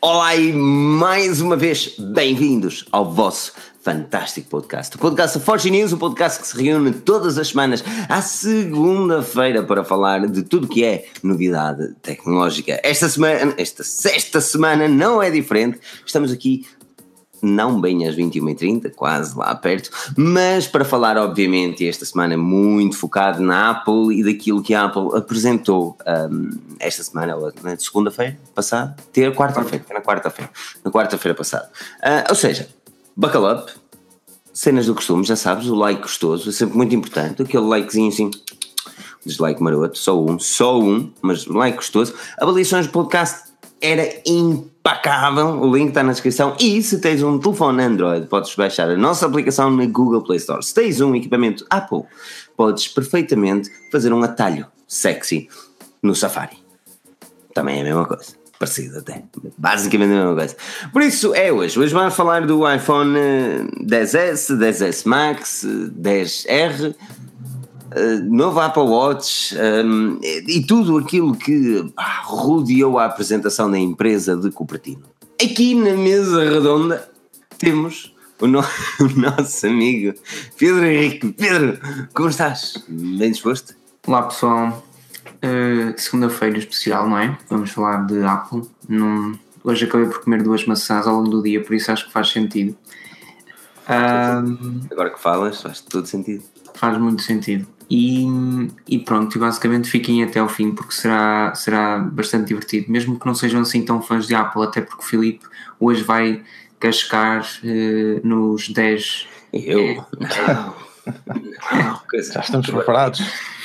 Olá e mais uma vez bem-vindos ao vosso fantástico podcast. O podcast da Forge News, o podcast que se reúne todas as semanas à segunda-feira para falar de tudo que é novidade tecnológica. Esta semana não é diferente, estamos aqui não bem às 21h30, quase lá perto, mas para falar obviamente esta semana muito focado na Apple e daquilo que a Apple apresentou esta semana, na segunda-feira passada, na quarta-feira passada, ou seja, buckle up, cenas do costume, já sabes, o like gostoso é sempre muito importante, aquele likezinho assim, dislike maroto, só um, mas like gostoso, avaliações do podcast era impecável, o link está na descrição. E se tens um telefone Android, podes baixar a nossa aplicação na Google Play Store. Se tens um equipamento Apple, podes perfeitamente fazer um atalho sexy no Safari. Também é a mesma coisa, parecido até, basicamente a mesma coisa. Por isso é hoje vamos falar do iPhone XS, XS Max, XR, novo Apple Watch e tudo aquilo que rodeou a apresentação da empresa de Cupertino. Aqui na mesa redonda temos o nosso amigo Pedro Henrique. Pedro, como estás? Bem disposto? Olá pessoal, segunda-feira especial, não é? Vamos falar de Apple. Hoje acabei por comer 2 maçãs ao longo do dia, por isso acho que faz sentido. Agora que falas, faz todo sentido. Faz muito sentido. E pronto, e basicamente fiquem até ao fim porque será bastante divertido, mesmo que não sejam assim tão fãs de Apple, até porque o Filipe hoje vai cascar nos 10. Eu? Não, já estamos preparados.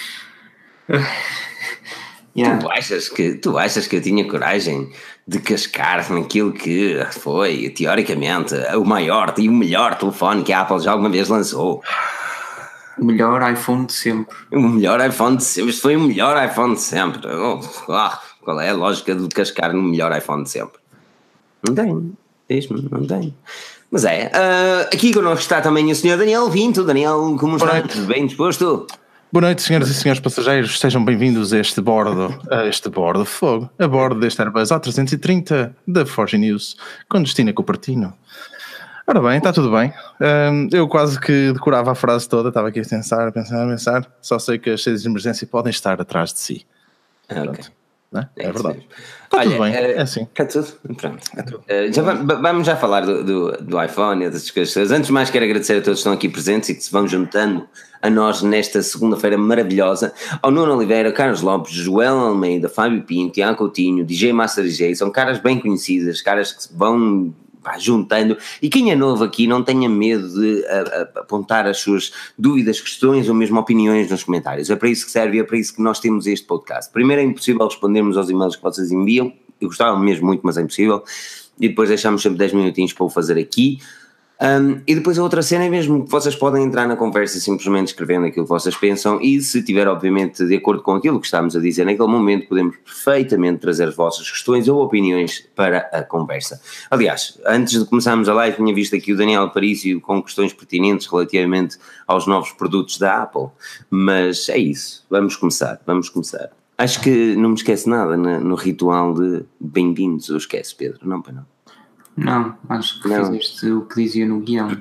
Yeah. Tu achas que eu tinha coragem de cascar naquilo que foi, teoricamente, o maior e o melhor telefone que a Apple já alguma vez lançou? O melhor iPhone de sempre. O melhor iPhone de sempre. Este foi o melhor iPhone de sempre. Qual é a lógica de cascar no melhor iPhone de sempre? Não tem. Diz-me, não tem. Mas aqui connosco está também o Sr. Daniel Vinto. Daniel, como está? Bem disposto? Boa noite, senhoras e senhores passageiros. Sejam bem-vindos a este bordo de fogo, a bordo deste Airbus A330 da Forge News, com destino a Cupertino. Ora bem, está tudo bem. Eu quase que decorava a frase toda, estava aqui a pensar. Só sei que as saídas de emergência podem estar atrás de si. Ok. É verdade. Está tudo bem, é assim. Está tudo? Pronto. Vamos já falar do iPhone e dessas coisas. Antes de mais, quero agradecer a todos que estão aqui presentes e que se vão juntando a nós nesta segunda-feira maravilhosa. Ao Nuno Oliveira, Carlos Lopes, Joel Almeida, Fábio Pinto, Tiago Coutinho, DJ Master DJ. São caras bem conhecidas, caras que se vão juntando, e quem é novo aqui não tenha medo de apontar as suas dúvidas, questões ou mesmo opiniões nos comentários. É para isso que serve e é para isso que nós temos este podcast. Primeiro, é impossível respondermos aos e-mails que vocês enviam, eu gostava mesmo muito, mas é impossível, e depois deixamos sempre 10 minutinhos para o fazer aqui. E depois a outra cena é mesmo que vocês podem entrar na conversa simplesmente escrevendo aquilo que vocês pensam, e se estiver obviamente de acordo com aquilo que estamos a dizer naquele momento, podemos perfeitamente trazer as vossas questões ou opiniões para a conversa. Aliás, antes de começarmos a live tinha visto aqui o Daniel Parício com questões pertinentes relativamente aos novos produtos da Apple, mas é isso, vamos começar. Acho que não me esquece nada no ritual de bem-vindos, eu esquece, Pedro, não para não. Não, acho que fizeste o que dizia no guião.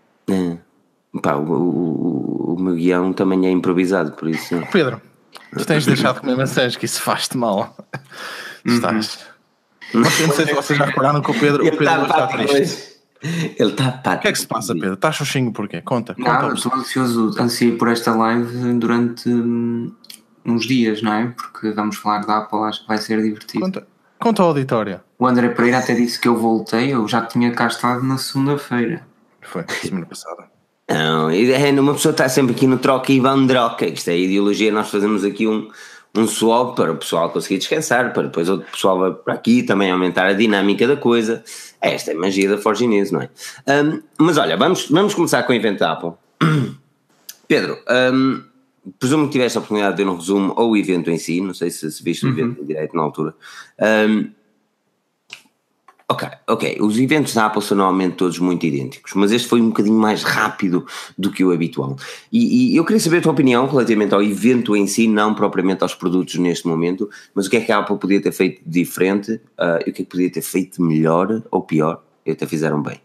O meu guião também é improvisado, por isso. Pedro, tu tens deixado de comer maçãs, que isso faz-te mal. Estás. Não sei se vocês já repararam que o Pedro está triste. Ele está pá. O que é que se passa, Pedro? Estás xoxinho porquê? Conta. Estou ansiei por esta live durante uns dias, não é? Porque vamos falar da Apple, acho que vai ser divertido. Conta ao auditório. O André Pereira até disse que eu voltei, eu já tinha cá estado na segunda-feira. Foi, semana passada. Não, uma pessoa está sempre aqui no troca e vandroca. Isto é a ideologia, nós fazemos aqui um swap para o pessoal conseguir descansar, para depois outro pessoal vai para aqui também aumentar a dinâmica da coisa. Esta é a magia da Forge News, não é? Mas olha, vamos começar com o evento da Apple. Pedro, presumo que tiveste a oportunidade de ver um resumo ou o evento em si, não sei se viste o evento em direito na altura. Ok. Os eventos da Apple são normalmente todos muito idênticos, mas este foi um bocadinho mais rápido do que o habitual. E eu queria saber a tua opinião relativamente ao evento em si, não propriamente aos produtos neste momento, mas o que é que a Apple podia ter feito de diferente e o que é que podia ter feito melhor ou pior, e até fizeram bem.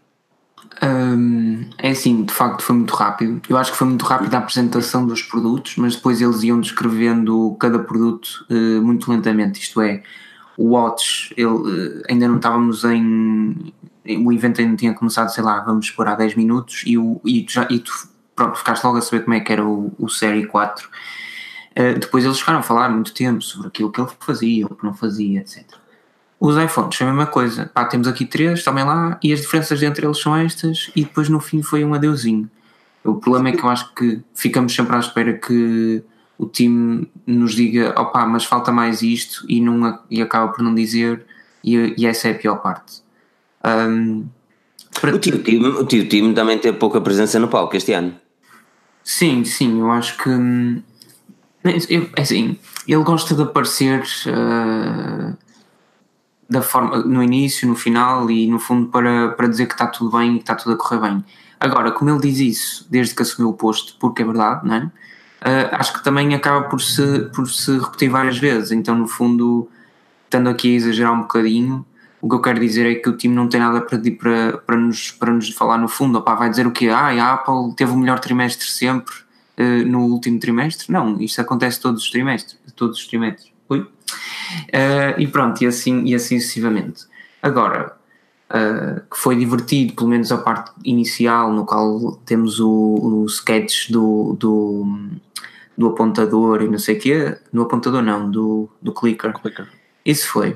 É assim, de facto foi muito rápido. Eu acho que foi muito rápido a apresentação dos produtos, mas depois eles iam descrevendo cada produto muito lentamente. Isto é, o Watch, ainda não estávamos o evento ainda tinha começado, sei lá, vamos pôr há 10 minutos e tu pronto, ficaste logo a saber como é que era o Série 4. Depois eles ficaram a falar muito tempo sobre aquilo que ele fazia, o que não fazia, etc. Os iPhones foi a mesma coisa. Temos aqui 3, também lá, e as diferenças entre eles são estas, e depois no fim foi um adeusinho. O problema é que eu acho que ficamos sempre à espera que o time nos diga, mas falta mais isto, e acaba por não dizer, e essa é a pior parte. O tio time também teve pouca presença no palco este ano. Sim, eu acho que assim, ele gosta de aparecer da forma, no início, no final e no fundo para dizer que está tudo bem e que está tudo a correr bem. Agora, como ele diz isso desde que assumiu o posto, porque é verdade, não é? Acho que também acaba por se repetir várias vezes. Então, no fundo, estando aqui a exagerar um bocadinho, o que eu quero dizer é que o time não tem nada para nos falar no fundo. Vai dizer o quê? A Apple teve o melhor trimestre sempre no último trimestre? Não, isto acontece todos os trimestres. Ui. E pronto, e assim sucessivamente. Agora, que foi divertido, pelo menos a parte inicial, no qual temos o sketch do apontador e não sei o quê. No apontador não, do clicker. Isso foi.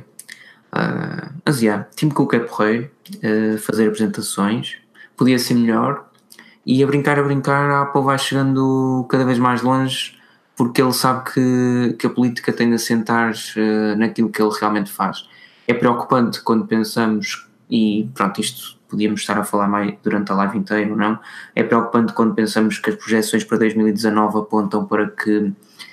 Mas Tim Cook é porreiro, fazer apresentações, podia ser melhor, e a brincar, a Apple vai chegando cada vez mais longe, porque ele sabe que a política tem de assentar naquilo que ele realmente faz. É preocupante quando pensamos, e pronto, isto podíamos estar a falar mais durante a live inteira, não? É preocupante quando pensamos que as projeções para 2019 apontam para que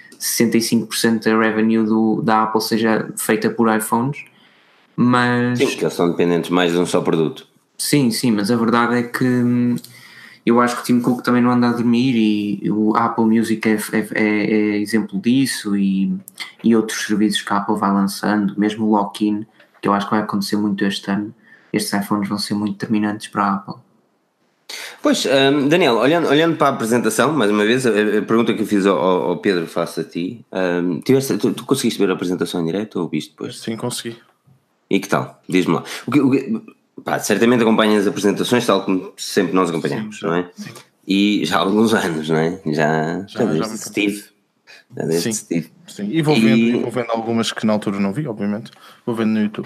65% da revenue da Apple seja feita por iPhones, mas... Sim, porque eles são dependentes mais de um só produto. Sim, mas a verdade é que eu acho que o Tim Cook também não anda a dormir, e o Apple Music é exemplo disso, e outros serviços que a Apple vai lançando, mesmo o lock-in, que eu acho que vai acontecer muito este ano. Estes iPhones vão ser muito determinantes para a Apple. Pois, Daniel, olhando para a apresentação, mais uma vez, a pergunta que eu fiz ao Pedro faço a ti. Tu conseguiste ver a apresentação em direto ou viste depois? Sim, consegui. E que tal? Diz-me lá. Certamente acompanhas as apresentações tal como sempre nós acompanhamos, sim, não é? Sim. E já há alguns anos, não é? Já desde Steve. Steve. Sim. E vou vendo algumas que na altura não vi, obviamente. Vou vendo no YouTube.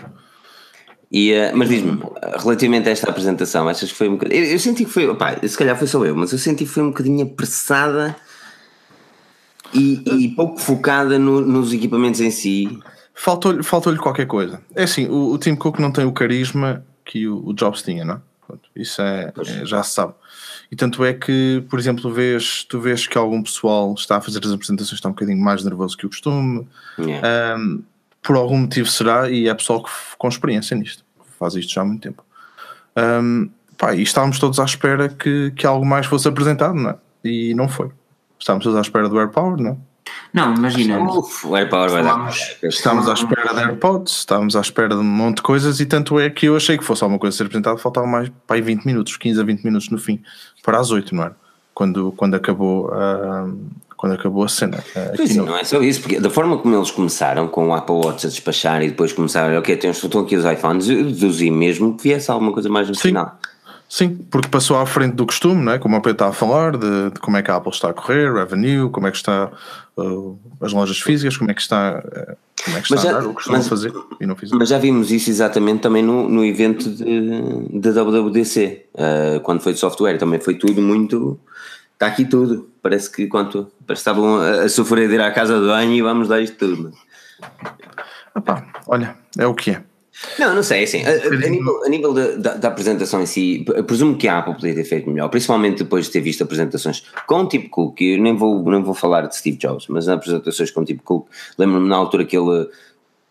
Mas diz-me, relativamente a esta apresentação, achas que foi um bocadinho... Eu senti que foi... se calhar foi só eu, mas eu senti que foi um bocadinho apressada e pouco focada nos equipamentos em si. Faltou-lhe qualquer coisa. É assim, o Tim Cook não tem o carisma que o Jobs tinha, não é? Isso já se sabe. E tanto é que, por exemplo, tu vês que algum pessoal está a fazer as apresentações, está um bocadinho mais nervoso que o costume. Yeah. Por algum motivo será, e é pessoal com experiência nisto, faz isto já há muito tempo. E estávamos todos à espera que algo mais fosse apresentado, não é? E não foi. Estávamos todos à espera do AirPower, não é? Não, imagina. O AirPower vai dar. Estávamos à espera de AirPods, estávamos à espera de um monte de coisas, e tanto é que eu achei que fosse alguma coisa a ser apresentada, faltava mais 20 minutos, 15 a 20 minutos no fim, para as 8, não era? Quando acabou a cena. Sim, não é só isso, porque da forma como eles começaram com o Apple Watch a despachar e depois começaram, estão aqui os iPhones, eu deduzi mesmo que viesse alguma coisa mais no final. Sim, porque passou à frente do costume, não é? Como o Pedro está a falar, de como é que a Apple está a correr, revenue, como é que está as lojas físicas, como é que está a andar, o que costumam fazer e não fizeram. Mas já vimos isso exatamente também no evento da WWDC, quando foi de software, também foi tudo muito... Está aqui tudo, parece que estavam a sofrer de ir à casa de banho e vamos dar isto tudo. Olha, é o que é. Não sei, assim, a nível da apresentação em si, presumo que a Apple poderia ter feito melhor, principalmente depois de ter visto apresentações com o Tim Cook. Eu nem vou falar de Steve Jobs, mas apresentações com o Tim Cook, lembro-me na altura que ele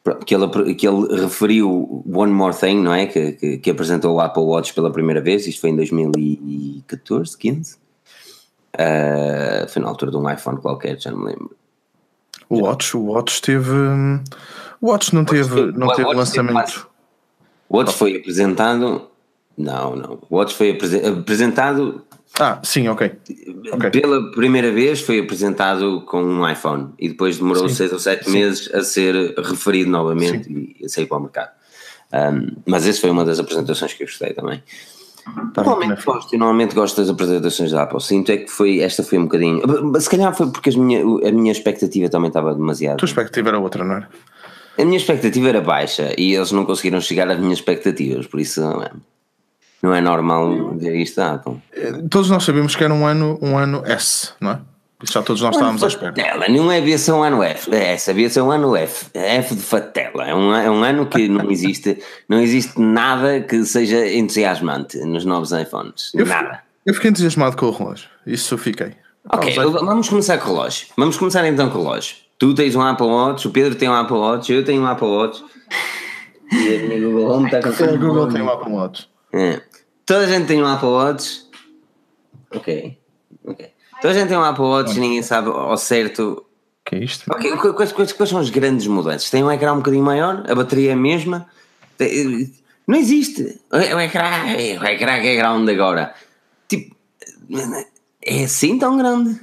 que ele referiu One More Thing, não é? Que apresentou o Apple Watch pela primeira vez, isto foi em 2014, 15? Foi na altura de um iPhone qualquer, já não me lembro. O Watch teve... O Watch não teve lançamento. O Watch foi apresentado... Não. O Watch foi apresentado... sim, ok. Pela primeira vez foi apresentado com um iPhone e depois demorou 6 ou 7 meses a ser referido novamente e a sair para o mercado. Mas essa foi uma das apresentações que eu gostei também. Normalmente gosto das apresentações da Apple. Sinto é que esta foi um bocadinho... Se calhar foi porque a minha expectativa também estava demasiado... A tua expectativa era outra, não era? A minha expectativa era baixa e eles não conseguiram chegar às minhas expectativas, por isso não é normal ver isto da Apple. Todos nós sabemos que era um ano S, não é? Isso já todos nós estávamos à espera. Não havia ser um ano F, havia ser um ano F de fatela. É um ano que não existe nada que seja entusiasmante nos novos iPhones. Nada. Eu fiquei entusiasmado com o relógio, isso eu fiquei. Ok, vamos começar com o relógio. Vamos começar então com o relógio. Tu tens um Apple Watch, o Pedro tem um Apple Watch, eu tenho um Apple Watch e a minha Google Home está com a Google tem um Apple Watch. Toda a gente tem um Apple Watch. Ok. Toda a gente tem um Apple Watch e ninguém sabe ao certo. O que é isto? Okay, quais são as grandes mudanças? Tem um ecrã um bocadinho maior, a bateria é a mesma. Não existe. O ecrã que é grande agora. Tipo, é assim tão grande?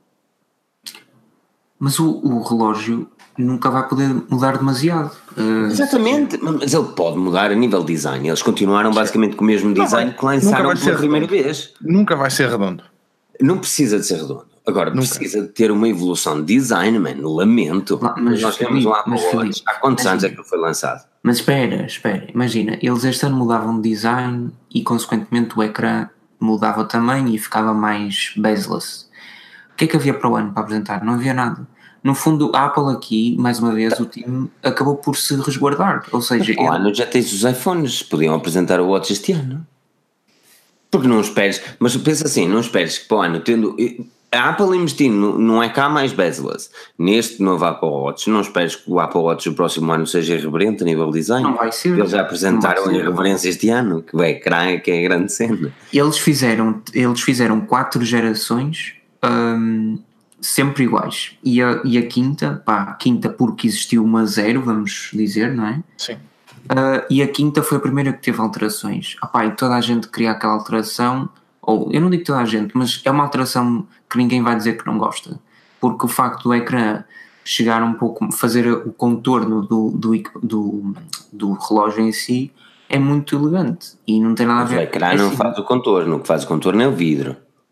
Mas o relógio nunca vai poder mudar demasiado. Exatamente, mas ele pode mudar a nível de design. Eles continuaram basicamente com o mesmo design que lançaram pela primeira vez. Nunca vai ser redondo. Não precisa de ser redondo. Agora, precisa de ter uma evolução de design, mano. Lamento. Mas nós temos um Apple Watch. Há quantos anos é que foi lançado? Mas espera. Imagina, eles este ano mudavam de design e, consequentemente, o ecrã mudava também e ficava mais bezel-less. O que é que havia para o ano para apresentar? Não havia nada. No fundo, a Apple aqui, mais uma vez, o time acabou por se resguardar. Ou seja, para o ano já tens os iPhones. Podiam apresentar o Watch este ano. Porque não esperes, mas pensa assim, não esperes que para o ano, tendo a Apple investindo num ecrã mais bezel-less, neste novo Apple Watch, não esperes que o Apple Watch do próximo ano seja irreverente a nível de design. Não vai ser. Eles já apresentaram a irreverência este ano, que o ecrã é que é a grande cena. Eles fizeram 4 gerações sempre iguais. E a quinta, quinta porque existiu uma 0, vamos dizer, não é? Sim. E a quinta foi a primeira que teve alterações. E toda a gente queria aquela alteração, ou eu não digo toda a gente, mas é uma alteração que ninguém vai dizer que não gosta, porque o facto do ecrã chegar um pouco, fazer o contorno do relógio em si é muito elegante e não tem nada a ver. O ecrã não faz o contorno, o que faz o contorno é o vidro.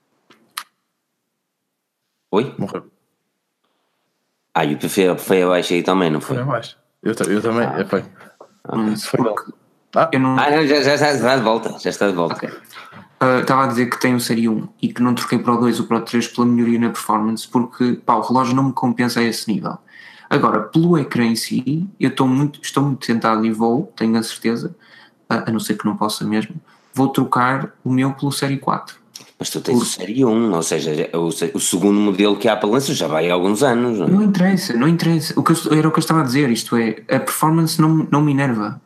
Oi? Morreu. E o PC foi abaixo aí também, não foi? Foi abaixo. Eu também, foi. Já está de volta. Já está de volta. Okay. Estava a dizer que tem o Série 1 e que não troquei para o 2 ou para o 3 pela melhoria na performance, porque o relógio não me compensa a esse nível. Agora, pelo ecrã em si, eu estou muito tentado e tenho a certeza, a não ser que não possa mesmo, vou trocar o meu pelo Série 4. Mas tu tens o Série 1, ou seja, o segundo modelo que a Apple lança já vai há alguns anos. Não interessa. Era o que eu estava a dizer, isto é, a performance não me enerva.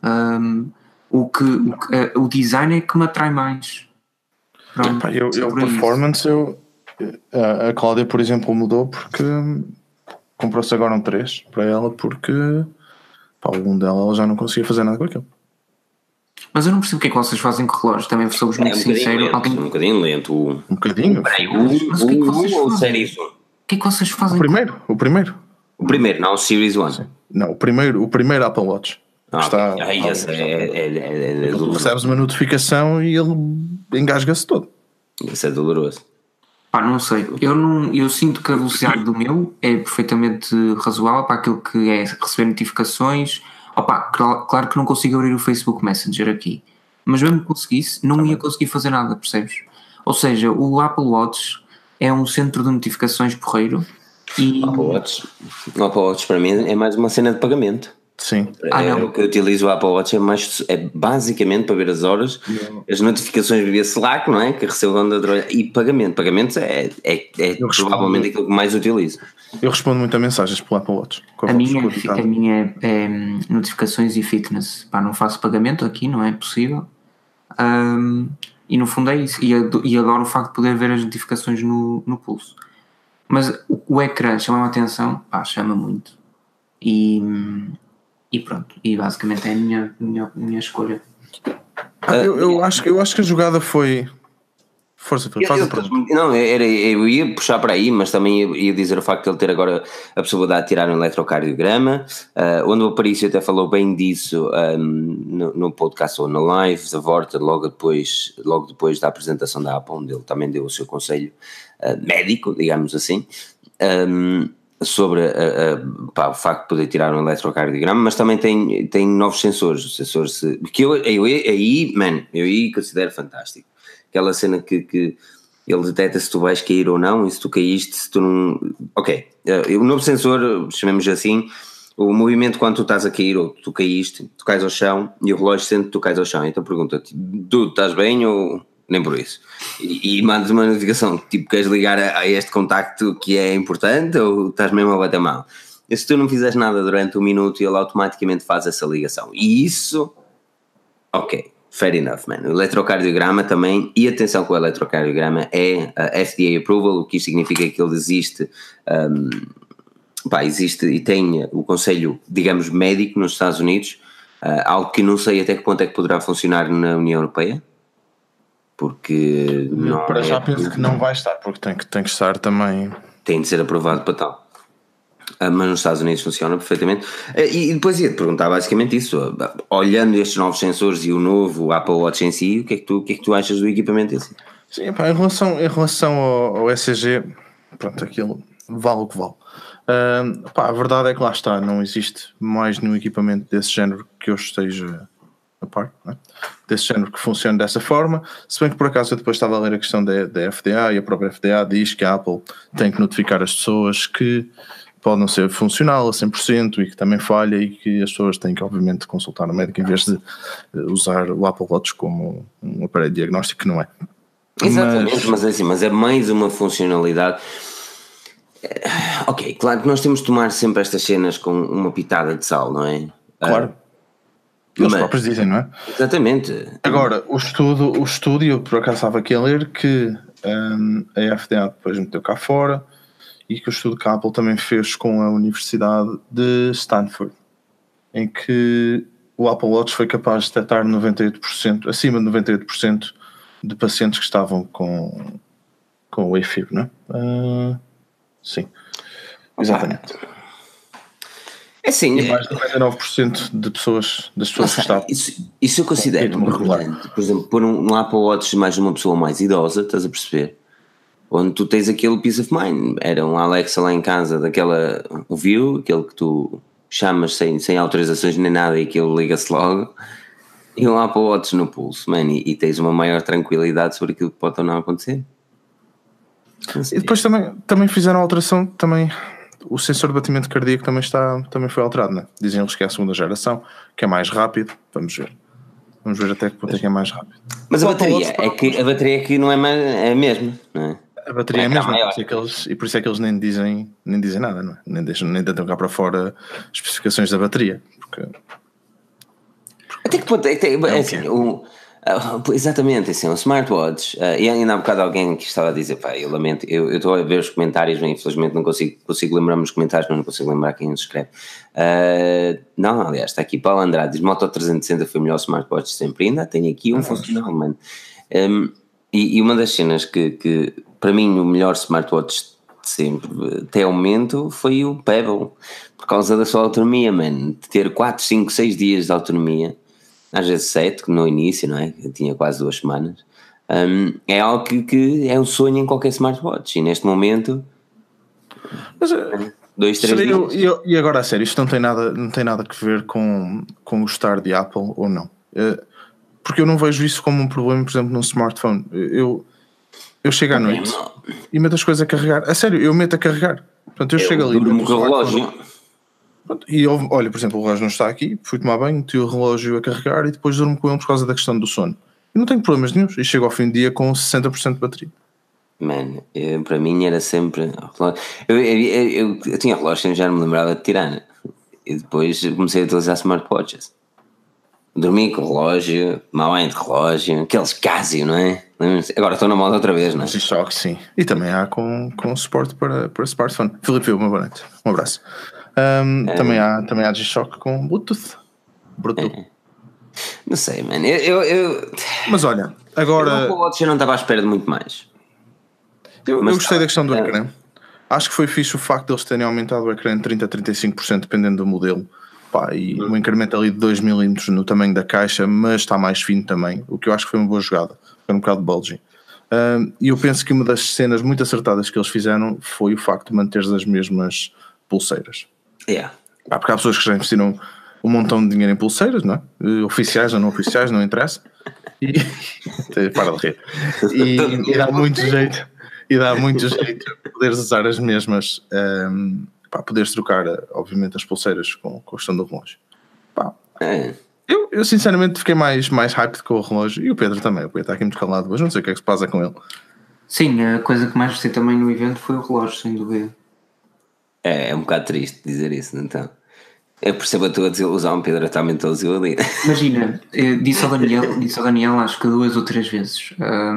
O design é que me atrai mais. Pronto, performance, a Cláudia, por exemplo, mudou porque comprou-se agora um 3 para ela porque algum dela ela já não conseguia fazer nada com aquilo. Mas eu não percebo o que é que vocês fazem com relógios, também somos muito sinceros. Um bocadinho lento. Um bocadinho? Mas o que é que vocês fazem? Series 1. O que é que vocês fazem? O primeiro. O primeiro, não o Series 1. Sim. Não, o primeiro Apple Watch. Está, recebes uma notificação e ele engasga-se todo. Isso é doloroso. Não sei, eu sinto que a velocidade do meu é perfeitamente razoável para aquilo que é receber notificações. Claro que não consigo abrir o Facebook Messenger aqui, mas mesmo que conseguisse, não ia conseguir fazer nada, percebes? Ou seja, o Apple Watch é um centro de notificações porreiro e... O Apple Watch para mim é mais uma cena de pagamento. Sim. O que eu utilizo o Apple Watch é basicamente para ver as horas, as notificações via Slack, não é? Que recebo e pagamento. Pagamentos é provavelmente aquilo que mais utilizo. Eu respondo muito a mensagens pelo Apple Watch. A minha é notificações e fitness. Pá, não faço pagamento aqui, não é possível. E no fundo é isso. E adoro o facto de poder ver as notificações no pulso. Mas o ecrã chama-me a atenção, pá, chama muito. E pronto. E basicamente é a minha escolha. Eu acho que a jogada foi... Força, faz a pergunta. Não, eu ia puxar para aí, mas também ia dizer o facto de ele ter agora a possibilidade de tirar um eletrocardiograma, onde o Aparício até falou bem disso no podcast ou na live da Vorta, logo depois da apresentação da Apple, onde ele também deu o seu conselho médico, digamos assim, sobre o facto de poder tirar um eletrocardiograma, mas também tem novos sensores, que eu aí considero fantástico. Aquela cena que ele detecta se tu vais cair ou não, e se tu caíste, se tu não... Ok, o novo sensor, chamemos assim, o movimento quando tu estás a cair ou tu caíste, tu cais ao chão e o relógio sente que tu cais ao chão, então pergunta-te, tu estás bem ou nem por isso? E mandas uma notificação, tipo, queres ligar a este contacto que é importante ou estás mesmo a bater mal? E se tu não fizeres nada durante um minuto, ele automaticamente faz essa ligação. E isso, ok, fair enough, man. O eletrocardiograma também, e atenção que o eletrocardiograma é FDA approval, o que isto significa que ele existe e tem o conselho, digamos, médico nos Estados Unidos, algo que não sei até que ponto é que poderá funcionar na União Europeia, porque não para já penso que não vai estar, porque tem que estar também, tem de ser aprovado para tal. Mas nos Estados Unidos funciona perfeitamente. E depois ia-te perguntar basicamente isso, olhando estes novos sensores e o novo Apple Watch em si, o que é que tu achas do equipamento assim? Sim, pá, em relação ao ECG, pronto, aquilo vale o que vale. A verdade é que lá está, não existe mais nenhum equipamento desse género que eu esteja a par, não é? Desse género que funcione dessa forma, se bem que por acaso eu depois estava a ler a questão da FDA, e a própria FDA diz que a Apple tem que notificar as pessoas que pode não ser funcional a 100% e que também falha, e que as pessoas têm que obviamente consultar o médico em vez de usar o Apple Watch como um aparelho diagnóstico, que não é. Exatamente, mas é mais uma funcionalidade. Ok, claro que nós temos de tomar sempre estas cenas com uma pitada de sal, não é? Claro. Eles próprios dizem, não é? Exatamente. Agora, o estudo, eu por acaso estava aqui a ler que a FDA depois meteu cá fora, e que o estudo que a Apple também fez com a Universidade de Stanford, em que o Apple Watch foi capaz de detectar 98%, acima de 98% de pacientes que estavam com o AFib, não é? Sim, exatamente. É sim. E mais de 99% das pessoas que estavam. Isso eu considero importante. Por exemplo, pôr um Apple Watch mais uma pessoa mais idosa, estás a perceber? Onde tu tens aquele peace of mind. Era um Alexa lá em casa, daquela View, aquele que tu chamas sem autorizações nem nada e aquilo liga-se logo, e um Apple Watch no pulso, man, e tens uma maior tranquilidade sobre aquilo que pode ou não acontecer. E depois também fizeram a alteração, também o sensor de batimento cardíaco também foi alterado, né? Dizem eles que é a segunda geração, que é mais rápido. Vamos ver até que ponto é que é mais rápido. Mas a bateria aqui não é a mesma, não é? A bateria é a mesma, e por isso é que eles nem dizem nada, não é? Nem tentam cá para fora especificações da bateria, porque... Até que ponto exatamente, assim, um smartwatch, e ainda há bocado alguém que estava a dizer, pá, eu lamento, eu estou a ver os comentários, mas infelizmente não consigo lembrar-me os comentários, mas não consigo lembrar quem os escreve. Não, aliás, está aqui Paulo Andrade, diz: Moto 360 foi o melhor smartwatch sempre, ainda tenho aqui um funcional, mano. E uma das cenas que para mim o melhor smartwatch de sempre, até o momento, foi o Pebble, por causa da sua autonomia, man, de ter 4, 5, 6 dias de autonomia, às vezes 7, no início, não é? Eu tinha quase 2 semanas. É algo que é um sonho em qualquer smartwatch, e neste momento 2, 3 dias. E agora a sério, isto não tem nada a ver com o estar de Apple ou não, porque eu não vejo isso como um problema, por exemplo, num smartphone. Eu chego à noite e meto as coisas a carregar, a sério, eu meto a carregar, portanto eu chego ali, durmo com o relógio. E olha, por exemplo, o relógio não está aqui, fui tomar banho, meti o relógio a carregar e depois durmo com ele por causa da questão do sono. E não tenho problemas nenhum, e chego ao fim do dia com 60% de bateria. Man, para mim era sempre. Eu tinha relógio e já não me lembrava de tirar, né? E depois comecei a utilizar smartwatches. Dormi com o relógio, tomar banho de relógio, aqueles Casio, não é? Agora estou na moda outra vez, não é? G-Shock, sim. E também há com suporte para smartphone. Filipe, uma boa noite. Um abraço. Também há G-Shock com Bluetooth. Não sei, man. Mas olha, agora. Eu não estava à espera de muito mais. Eu gostei da questão do ecrã. Acho que foi fixe o facto de eles terem aumentado o ecrã em 30% a 35%, dependendo do modelo. E um incremento ali de 2 mm no tamanho da caixa, mas está mais fino também, o que eu acho que foi uma boa jogada. Foi um bocado bulging. E eu penso que uma das cenas muito acertadas que eles fizeram foi o facto de manter as mesmas pulseiras. Porque há pessoas que já investiram um montão de dinheiro em pulseiras, não é? Oficiais ou não oficiais, não interessa. Para de rir. E dá muito jeito. E dá muito jeito poderes usar as mesmas, poderes trocar, obviamente, as pulseiras com a questão do relógio. Eu sinceramente fiquei mais hyped com o relógio, e o Pedro também. O Pedro está aqui muito calado hoje, não sei o que é que se passa com ele. Sim, a coisa que mais gostei também no evento foi o relógio, sem dúvida. É um bocado triste dizer isso, então. Eu percebo a tua desilusão, Pedro, também estou desiludido. Imagina, disse ao Daniel acho que 2 ou 3 vezes.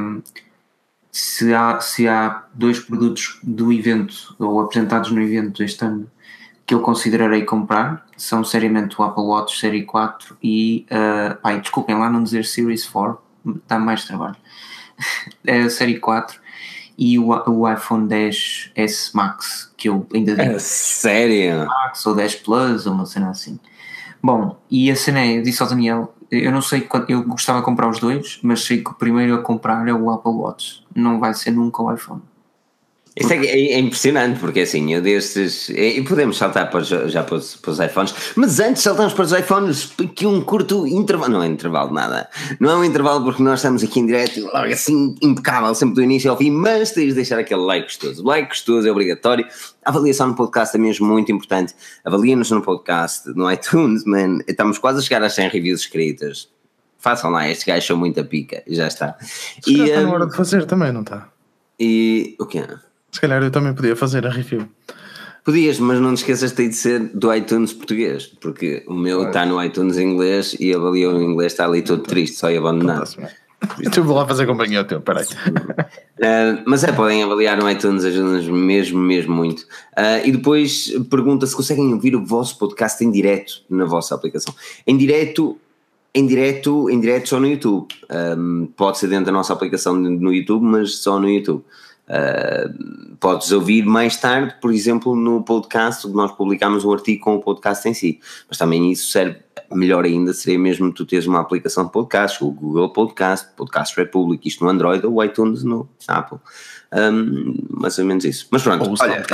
Se há 2 produtos do evento ou apresentados no evento este ano que eu considerarei comprar, são seriamente o Apple Watch Série 4 e desculpem lá não dizer Series 4, dá mais trabalho. É a Série 4 e o iPhone XS Max, que eu ainda digo sério? Max ou 10 Plus ou uma cena assim. Bom, e a cena eu disse ao Daniel, eu não sei quando, eu gostava de comprar os dois, mas sei que o primeiro a comprar é o Apple Watch, não vai ser nunca o iPhone. Isso é impressionante, porque assim, eu destes. E podemos saltar para os iPhones, mas antes saltamos para os iPhones, que um curto intervalo. Não é intervalo, nada. Não é um intervalo porque nós estamos aqui em direto, logo assim, impecável, sempre do início ao fim, mas tens de deixar aquele like gostoso. O like gostoso é obrigatório. A avaliação no podcast é mesmo muito importante. Avalia-nos no podcast, no iTunes, man. Estamos quase a chegar às 100 reviews escritas. Façam lá, estes gajos são muita pica, já está. Se calhar está na hora de fazer também, não está? E o quê? Se calhar eu também podia fazer a review. Podias, mas não te esqueças de ser do iTunes português, porque o meu está no iTunes em inglês e avalia o inglês, está ali todo triste, só e abandonado. Então eu vou lá fazer companhia ao teu, peraí. Mas podem avaliar no iTunes, ajuda-nos mesmo muito. E depois pergunta se conseguem ouvir o vosso podcast em direto na vossa aplicação. Em direto só no YouTube. Pode ser dentro da nossa aplicação no YouTube, mas só no YouTube. Podes ouvir mais tarde, por exemplo, no podcast, onde nós publicamos um artigo com o podcast em si, mas também isso serve, melhor ainda seria mesmo tu teres uma aplicação de podcast, o Google Podcast, Podcast Republic, isto no Android, ou o iTunes no Apple, mais ou menos isso. Mas pronto, o olha,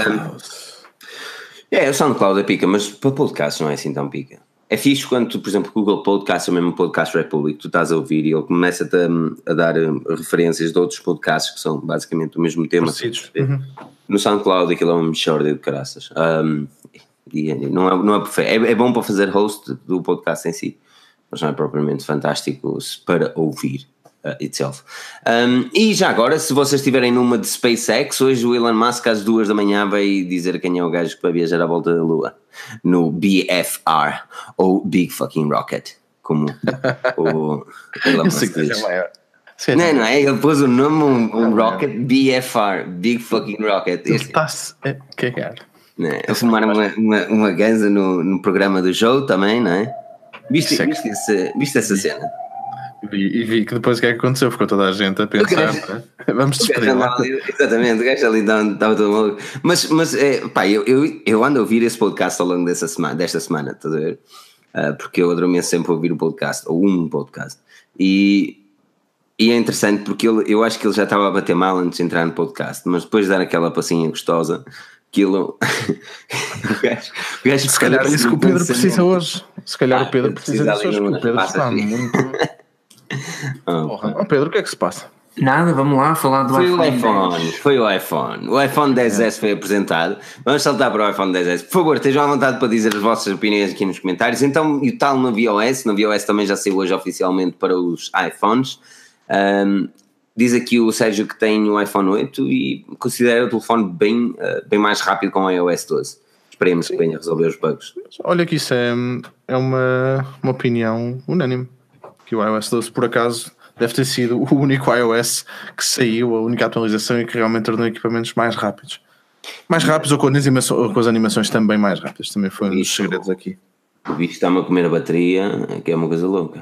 o SoundCloud é pica, mas para podcast não é assim tão pica. É fixe quando tu, por exemplo, o Google Podcast ou mesmo o Podcast Republic, tu estás a ouvir e ele começa-te a dar referências de outros podcasts que são basicamente o mesmo tema. No SoundCloud aquilo é uma mexórdia de caraças. Não é perfeito. É bom para fazer host do podcast em si, mas não é propriamente fantástico para ouvir itself. E já agora, se vocês estiverem numa de SpaceX, hoje o Elon Musk às 2 da manhã vai dizer quem é o gajo que vai viajar à volta da Lua no BFR ou Big Fucking Rocket, como o Elon Musk diz. Não é? Ele pôs o nome um rocket BFR, Big Fucking Rocket. Ele está-se a cagar. A fumar uma ganza no programa do Joe também, não é? Viste essa cena? E vi que depois o que é que aconteceu? Ficou toda a gente a pensar, vamos despedir. Exatamente, o gajo ali estava todo maluco. Mas eu ando a ouvir esse podcast ao longo desta semana, estás a ver? Porque eu adoro sempre ouvir o podcast, ou um podcast. E é interessante porque eu acho que ele já estava a bater mal antes de entrar no podcast, mas depois de dar aquela passinha gostosa, aquilo. o gajo se calhar isso que o Pedro precisa hoje. Se calhar o Pedro precisa disso hoje, porque o Pedro está muito. Pedro, o que é que se passa? Nada, vamos lá falar do iPhone. Foi o iPhone. O iPhone XS foi apresentado. Vamos saltar para o iPhone XS. Por favor, estejam à vontade para dizer as vossas opiniões aqui nos comentários. Então, e o tal no tvOS? No tvOS também já saiu hoje oficialmente para os iPhones. Diz aqui o Sérgio que tem um iPhone 8 e considera o telefone bem mais rápido com o iOS 12. Esperemos que venha resolver os bugs. Olha que isso é uma opinião unânime. Que o iOS 12, por acaso, deve ter sido o único iOS que saiu, a única atualização e que realmente tornou equipamentos mais rápidos. Mais rápidos ou com as animações também mais rápidas. Também foi um dos segredos aqui. O bicho está-me a comer a bateria, que é uma coisa louca.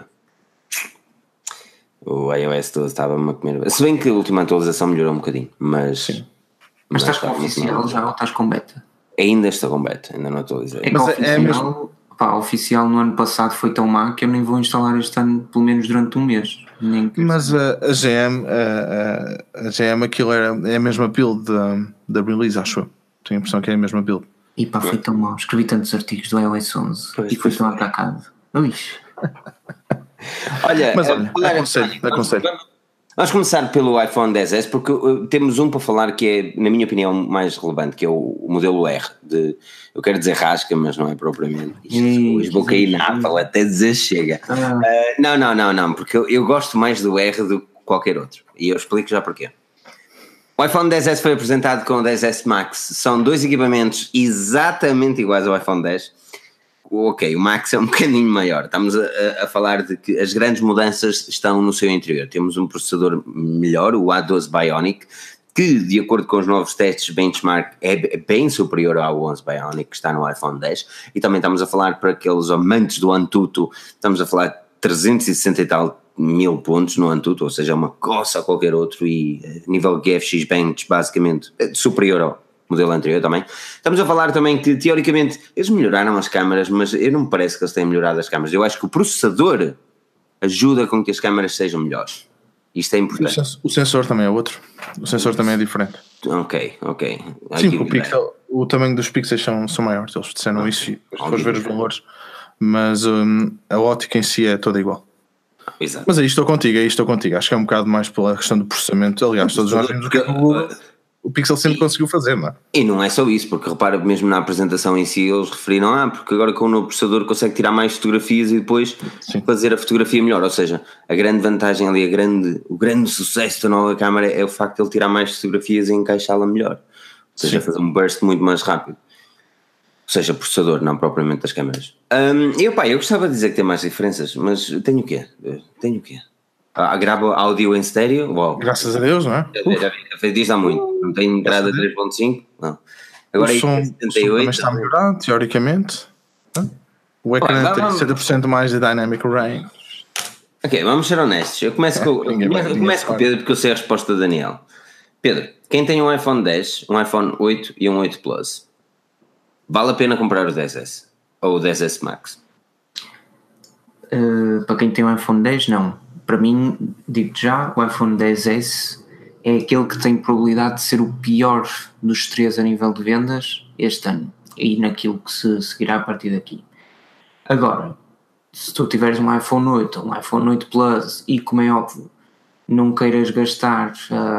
O iOS 12 estava-me a comer. Se bem que a última atualização melhorou um bocadinho, mas. Sim. Mas estás com oficial já ou estás com beta? Ainda estou com beta, ainda não atualizei. É que oficial no ano passado foi tão má que eu nem vou instalar este ano, pelo menos durante um mês. Mas a GM aquilo é a mesma build da release, acho eu. Tenho a impressão que é a mesma build. E pá, foi tão mau. Escrevi tantos artigos do iOS 11 e foi tão atacado. Olha, mas aconselho. Vamos começar pelo iPhone XS porque temos um para falar que é, na minha opinião, mais relevante, que é o modelo R. Eu quero dizer rasca, mas não é propriamente. Hoje vou cair na Apple até dizer chega. Não, porque eu gosto mais do R do que qualquer outro. E eu explico já porquê. O iPhone XS foi apresentado com o XS Max. São dois equipamentos exatamente iguais ao iPhone X. Ok, o Max é um bocadinho maior. Estamos a falar de que as grandes mudanças estão no seu interior. Temos um processador melhor, o A12 Bionic, que de acordo com os novos testes benchmark é bem superior ao 11 Bionic que está no iPhone X. E também estamos a falar para aqueles amantes do Antutu, estamos a falar de 360 e tal mil pontos no Antutu, ou seja, é uma coça a qualquer outro e nível GFX Bench basicamente superior ao modelo anterior também. Estamos a falar também que teoricamente eles melhoraram as câmaras, mas eu não me parece que eles tenham melhorado as câmaras. Eu acho que o processador ajuda com que as câmaras sejam melhores. Isto é importante. O sensor também é outro. O sensor também é diferente. Ok. Sim, o tamanho dos pixels são maiores. Eles disseram isso se fores ver os valores. Mas a ótica em si é toda igual. Exato. Mas aí estou contigo. Acho que é um bocado mais pela questão do processamento. Aliás, todos nós vimos o Pixel sempre conseguiu fazer, não é? E não é só isso, porque repara, mesmo na apresentação em si eles referiram, porque agora com o novo processador consegue tirar mais fotografias e depois fazer a fotografia melhor, ou seja, a grande vantagem ali, o grande sucesso da nova câmara é o facto de ele tirar mais fotografias e encaixá-la melhor, ou seja, fazer um burst muito mais rápido, ou seja, processador, não propriamente das câmaras. Eu gostava de dizer que tem mais diferenças, mas tenho o quê? Gravo áudio em estéreo? Uau. Graças a Deus, não é? Diz há muito. Não tem entrada 3.5? Não. Agora o som também está melhorado, teoricamente. O ecrã tem 70% mais de Dynamic Range. Ok, vamos ser honestos. Eu começo com o Pedro porque eu sei a resposta do Daniel. Pedro, quem tem um iPhone 10, um iPhone 8 e um 8 Plus, vale a pena comprar o 10S? Ou o 10S Max? Para quem tem um iPhone 10, não. Para mim, digo já, o iPhone XS é aquele que tem probabilidade de ser o pior dos três a nível de vendas este ano e naquilo que se seguirá a partir daqui. Agora, se tu tiveres um iPhone 8, um iPhone 8 Plus e, como é óbvio, não queiras gastar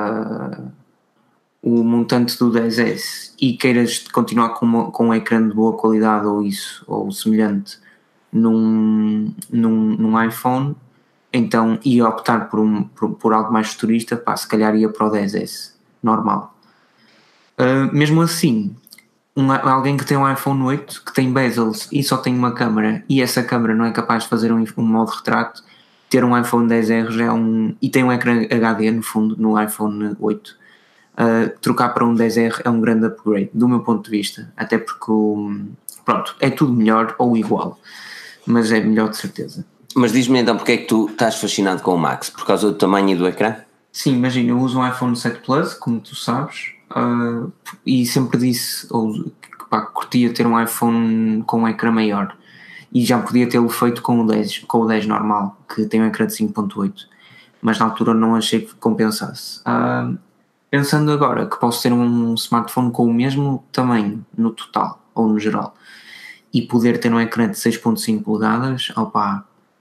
o montante do 10S e queiras continuar com um ecrã de boa qualidade ou isso, ou semelhante num iPhone, então, e optar por algo mais futurista, se calhar ia para o 10S, normal. Mesmo assim, alguém que tem um iPhone 8, que tem bezels e só tem uma câmera, e essa câmera não é capaz de fazer um modo retrato, ter um iPhone 10R já e tem um ecrã HD no fundo, no iPhone 8, trocar para um 10R é um grande upgrade, do meu ponto de vista, até porque, é tudo melhor ou igual, mas é melhor de certeza. Mas diz-me então, porque é que tu estás fascinado com o Max? Por causa do tamanho do ecrã? Sim, imagina, eu uso um iPhone 7 Plus, como tu sabes, e sempre disse que curtia ter um iPhone com um ecrã maior, e já podia tê-lo feito com o 10 normal, que tem um ecrã de 5.8, mas na altura não achei que compensasse. Pensando agora que posso ter um smartphone com o mesmo tamanho no total, ou no geral, e poder ter um ecrã de 6.5 polegadas,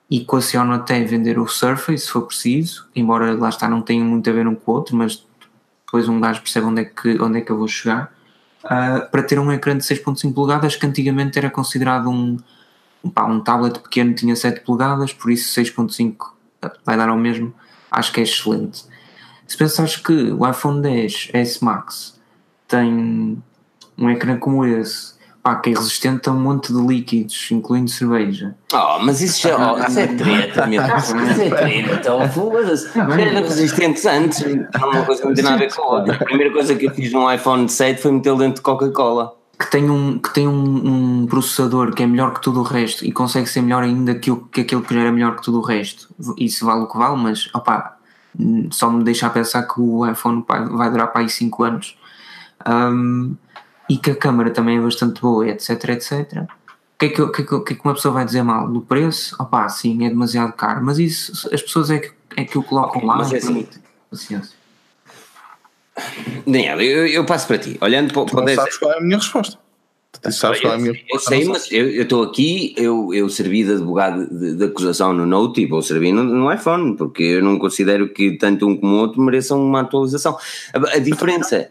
e equaciono até vender o Surface se for preciso, embora lá está não tenha muito a ver um com o outro, mas depois um gajo percebe onde é que eu vou chegar, para ter um ecrã de 6.5 polegadas que antigamente era considerado um tablet pequeno, tinha 7 polegadas, por isso 6.5 vai dar ao mesmo, acho que é excelente. Se pensares que o iPhone XS Max tem um ecrã como esse, que é resistente a um monte de líquidos, incluindo cerveja. Mas isso isso é treta, meu. Isso é treta. Então, foda-se. Era resistentes antes, não uma coisa que não tem nada a ver com a outra. A primeira coisa que eu fiz num iPhone 7 foi metê-lo dentro de Coca-Cola. Que tem um processador que é melhor que tudo o resto e consegue ser melhor ainda que aquele que já era melhor que tudo o resto. Isso vale o que vale, mas só me deixa a pensar que o iPhone vai durar para aí 5 anos. E que a câmara também é bastante boa, etc, etc. O que é que uma pessoa vai dizer mal? Do preço? Sim, é demasiado caro. Mas isso, as pessoas é que o colocam lá. Mas é assim. Paciência. Daniel, eu passo para ti. Olhando para tu não sabes qual é a minha resposta. Tu sabes qual é a minha resposta. Eu sei, mas eu estou aqui, eu servi de advogado de acusação no Note e vou servir no iPhone, porque eu não considero que tanto um como o outro mereçam uma atualização. A diferença...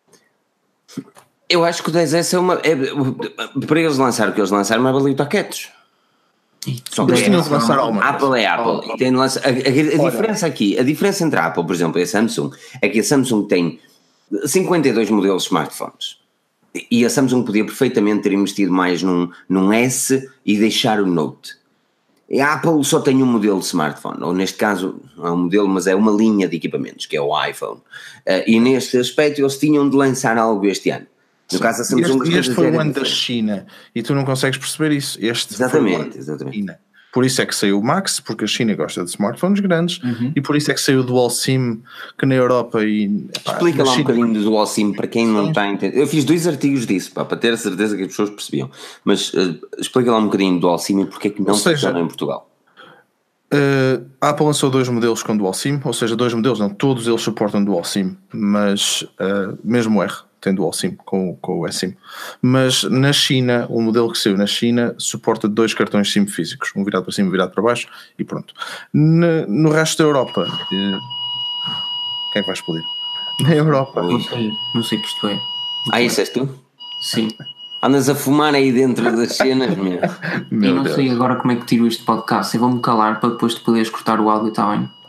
Eu acho que o 10S para eles lançar o que eles lançaram, mas ali está quietos. Só que eles tinham que lançar alguma coisa. Apple é Apple. E tem a diferença aqui, a diferença entre a Apple, por exemplo, e a Samsung, é que a Samsung tem 52 modelos de smartphones. E a Samsung podia perfeitamente ter investido mais num S e deixar o Note. E a Apple só tem um modelo de smartphone, ou neste caso não é um modelo, mas é uma linha de equipamentos, que é o iPhone. E neste aspecto eles tinham de lançar algo este ano. No caso da Samsung, este foi o ano da China e tu não consegues perceber isso. Exatamente. China. Por isso é que saiu o Max, porque a China gosta de smartphones grandes, e por isso é que saiu o Dual SIM, que na Europa explica lá um bocadinho do Dual SIM para quem não está a entender. Eu fiz 2 artigos disso, para ter a certeza que as pessoas percebiam, mas explica lá um bocadinho do Dual SIM e porque é que não funciona em Portugal. A Apple lançou 2 modelos com Dual SIM, ou seja, 2 modelos, não, todos eles suportam Dual SIM, mas mesmo o R tem Dual SIM com o eSIM. Mas na China, o modelo que saiu na China suporta 2 cartões SIM físicos, um virado para cima e um virado para baixo, e pronto. No resto da Europa, quem é que vai explodir? Na Europa. Não sei o que isto é. Isso és tu? Sim. Andas a fumar aí dentro das cenas, meu. Eu não sei agora como é que tiro este podcast. Eu vou-me calar para depois tu poderes cortar o áudio, está bem?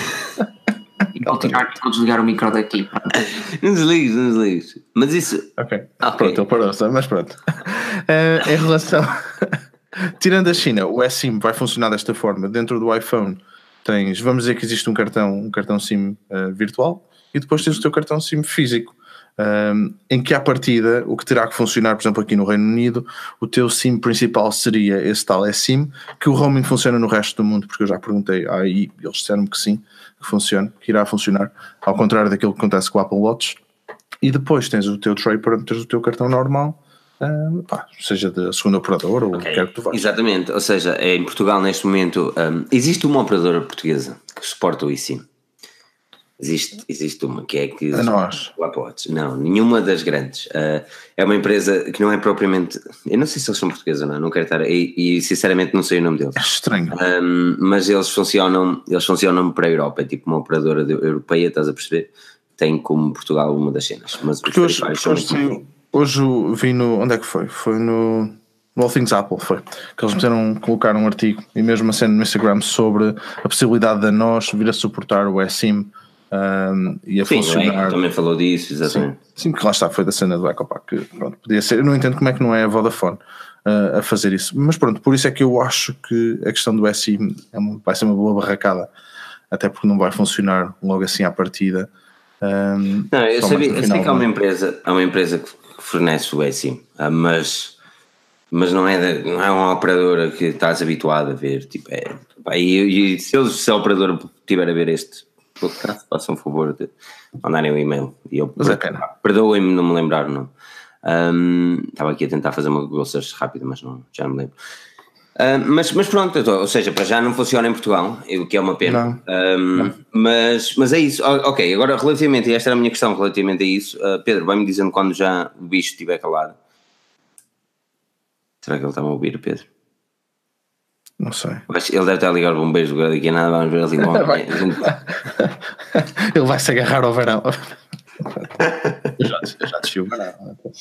E vou desligar o micro daqui. Não desligues. Mas isso... Ok. Pronto, ele parou-se, mas pronto. Em relação... Tirando a China, o eSIM vai funcionar desta forma. Dentro do iPhone vamos dizer que existe um cartão SIM virtual e depois tens o teu cartão SIM físico. Em que à partida o que terá que funcionar, por exemplo aqui no Reino Unido, o teu SIM principal seria esse tal eSIM, que o roaming funciona no resto do mundo, porque eu já perguntei aí, eles disseram-me que sim, que funciona, que irá funcionar, ao contrário daquilo que acontece com o Apple Watch. E depois tens o teu tray para meteres o teu cartão normal, seja da segunda operadora ou quer que tu vás. Exatamente, ou seja, em Portugal neste momento existe uma operadora portuguesa que suporta o eSIM. Existe uma que é que... A nós. Não, nenhuma das grandes. É uma empresa que não é propriamente... Eu não sei se eles são portugueses ou não quero estar... E sinceramente não sei o nome deles. É estranho. Mas eles funcionam para a Europa. É tipo uma operadora europeia, estás a perceber? Tem como Portugal uma das cenas. Mas porque hoje vi no... Onde é que foi? Foi no All Things Apple, foi. Que eles quiseram colocar um artigo e mesmo uma cena no Instagram sobre a possibilidade da nós vir a suportar o eSIM e a funcionar. Também falou disso, exatamente. Sim, que lá está, foi da cena do Ecopack, que pronto, podia ser. Eu não entendo como é que não é a Vodafone a fazer isso, mas pronto, por isso é que eu acho que a questão do eSIM vai ser uma boa barracada, até porque não vai funcionar logo assim à partida. Não, eu sei que há uma empresa que fornece o eSIM, mas não é uma operadora que estás habituado a ver, tipo, e se a operadora estiver a ver este podcast, façam um favor de mandarem um e-mail e eu perdoem-me não me lembrar, não. Estava aqui a tentar fazer uma Google Search rápida, mas já não me lembro. Mas pronto, ou seja, para já não funciona em Portugal, o que é uma pena. Não. Mas é isso. Ok, agora relativamente, e esta era a minha questão relativamente a isso, Pedro, vai-me dizendo quando já o bicho estiver calado. Será que ele está a ouvir, Pedro? Não sei. Ele deve estar a ligar os bombeiros daqui a nada, vamos ver assim. Ele vai se agarrar ao verão. Eu já desci o verão.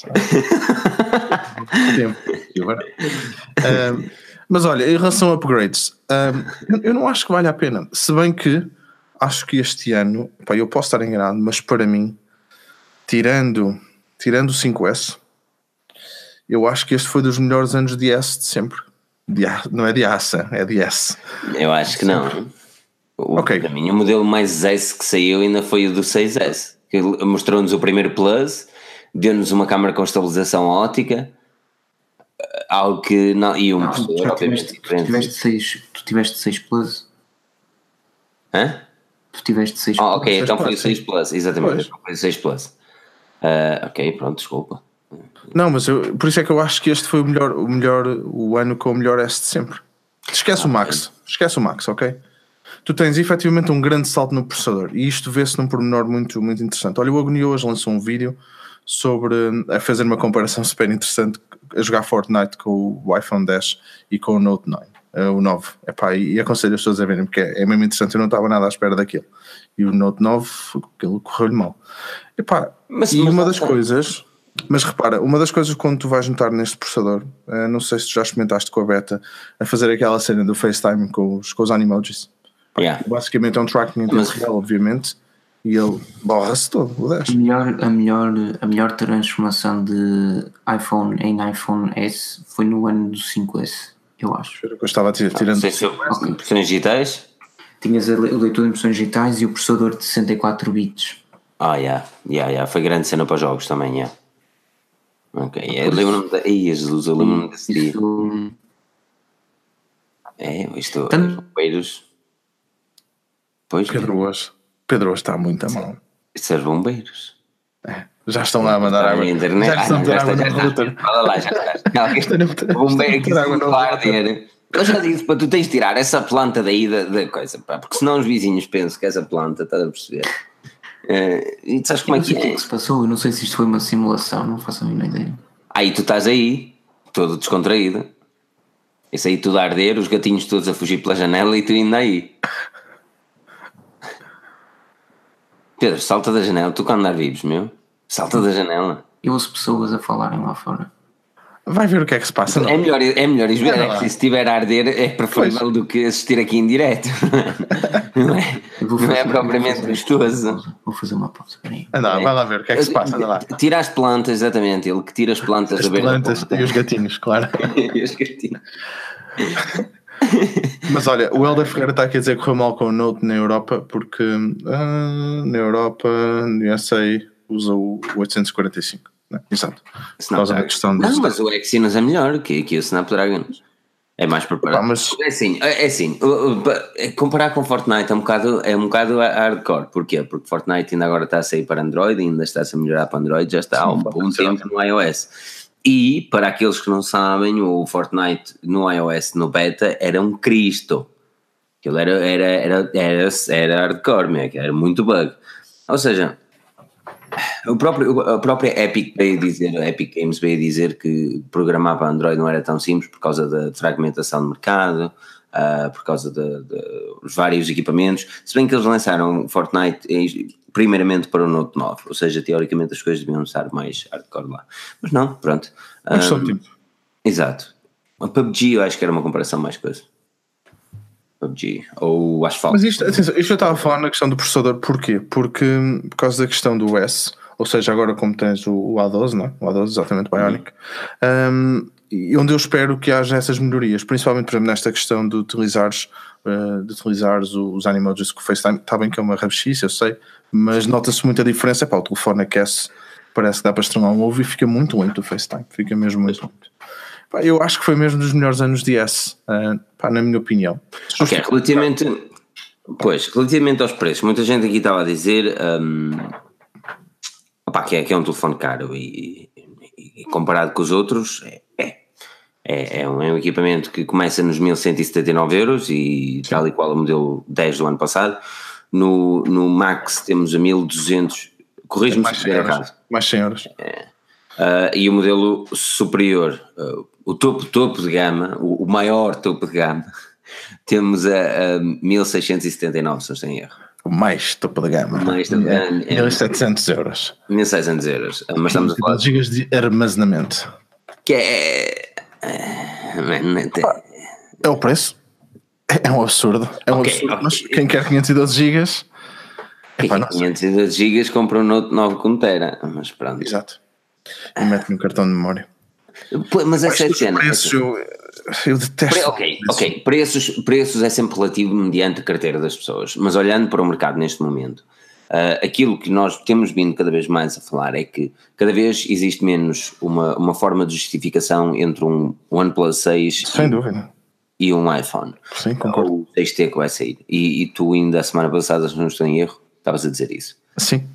Mas olha, em relação a upgrades, eu não acho que vale a pena. Se bem que acho que este ano, pá, eu posso estar enganado, mas para mim, tirando o 5S, eu acho que este foi dos melhores anos de S de sempre. Não é de ASA, é de S. Eu acho que não. Ok. Para mim, o modelo mais S que saiu ainda foi o do 6S. Que mostrou-nos o primeiro Plus, deu-nos uma câmara com estabilização ótica, algo que não. E um processador, obviamente, diferente. Tu tiveste 6 Plus? Hã? Tu tiveste 6 Plus? Ok, então foi o 6 sim. Plus, exatamente. Pois. Foi o 6 Plus. Ok, pronto, desculpa. Não, mas por isso é que eu acho que este foi o ano com o melhor S de sempre. Esquece o Max, ok? Tu tens efetivamente um grande salto no processador e isto vê-se num pormenor muito, muito interessante. Olha, o Agonia hoje lançou um vídeo a fazer uma comparação super interessante, a jogar Fortnite com o iPhone X e com o Note 9, o 9. Epá, e aconselho as pessoas a verem, porque é mesmo interessante, eu não estava nada à espera daquilo. E o Note 9, aquilo correu-lhe mal. Epá, mas repara, uma das coisas quando tu vais notar neste processador, não sei se tu já experimentaste com a beta, a fazer aquela cena do FaceTime com os Animojis. Yeah. Basicamente é um tracking em tempo real, obviamente, e ele borra-se todo, o 10. A melhor transformação de iPhone em iPhone S foi no ano do 5S, eu acho. Eu estava a dizer, tirando impressões digitais. Tinhas o leitor de impressões digitais e o processador de 64 bits. Foi grande cena para jogos também, yeah. Ok, eu lembro-me Jesus, eu lembro-me desse dia. Isto bombeiros. Pois, Pedro hoje está muito a mão. Isto é os bombeiros. Já estão lá a mandar água. Já estão a meter água no router. Olha lá, já está. O bombeiro que se vai arder. Eu já disse, para tu tens de tirar essa planta daí da coisa, pá, porque senão os vizinhos pensam que essa planta, estás a perceber? E tu sabes como é que é? O que se passou? Eu não sei se isto foi uma simulação, não faço a mínima ideia. Aí tu estás aí, todo descontraído. Isso aí tudo a arder, os gatinhos todos a fugir pela janela e tu ainda aí. Pedro, salta da janela, tu quando andar vivos, meu. Salta da janela. Eu ouço pessoas a falarem lá fora. Vai ver o que é que se passa. É melhor ir ver, se estiver a arder é preferível do que assistir aqui em direto. Não é propriamente gostoso. Vou fazer uma pausa, peraí. Vai lá ver o que é que se passa. Anda lá. Tira as plantas, exatamente, ele que tira as plantas as a ver. Plantas e os gatinhos, claro. E os gatinhos. Mas olha, o Helder Ferreira está aqui a dizer que correu mal com o Note na Europa porque na Europa no USA usa o 845, né? Exato, por causa da questão não, mas o Exynos é melhor que o Snapdragon, é mais preparado. Mas... é assim, comparar com Fortnite é um bocado hardcore. Porquê? Porque Fortnite ainda agora está a sair para Android, ainda está-se a melhorar para Android, já está há um bom tempo no iOS. E, para aqueles que não sabem, o Fortnite no iOS, no beta, era um Cristo. Aquilo era hardcore, mesmo, era muito bug. Ou seja, a própria Epic Games veio dizer que programar para Android não era tão simples por causa da fragmentação do mercado, por causa dos vários equipamentos. Se bem que eles lançaram Fortnite primeiramente para o Note 9, ou seja, teoricamente as coisas deviam estar mais hardcore lá, mas não, pronto. Mas só tipo. Exato. A PUBG eu acho que era uma comparação mais coisa. PUBG ou o Asphalt. Mas isto eu estava a falar na questão do processador, porquê? Porque por causa da questão do S, ou seja, agora como tens o A12, não é? O A12 exatamente Bionic, onde eu espero que haja essas melhorias, principalmente por exemplo nesta questão de utilizares os Animojis com o FaceTime. Está bem que é uma rabichice, eu sei, mas nota-se muita diferença. O telefone aquece, parece que dá para estrelar um ovo e fica muito lento o FaceTime, fica mesmo muito lento. Eu acho que foi mesmo dos melhores anos de S, na minha opinião. Ok, relativamente aos preços, muita gente aqui estava a dizer que é um telefone caro e comparado com os outros é um equipamento que começa nos 1.179€ e tal e qual o modelo 10 do ano passado. No Max temos a 1.200, corrijo-me se estiver errado. Mais 100€. E o modelo superior, o topo de gama, o maior topo de gama, Temos a 1679, se não estou em erro. Mais topo da gama. Mais 1.700 euros. 1.600 euros. Mas estamos a falar. Gigas de armazenamento. Que é. É o preço. É um absurdo. É um absurdo. Mas quem quer 512 gigas. 512 gigas compra um Note 9 com tera. Mas pronto. Exato. E mete no cartão de memória. Mas essa é a cena. Eu detesto. Ok. Preços é sempre relativo mediante a carteira das pessoas. Mas olhando para o mercado neste momento, aquilo que nós temos vindo cada vez mais a falar é que cada vez existe menos uma forma de justificação entre um OnePlus 6 sem dúvida. E um iPhone. Sim, concordo. O 6T que vai sair. E tu ainda a semana passada, se não estou em erro, estavas a dizer isso. Sim.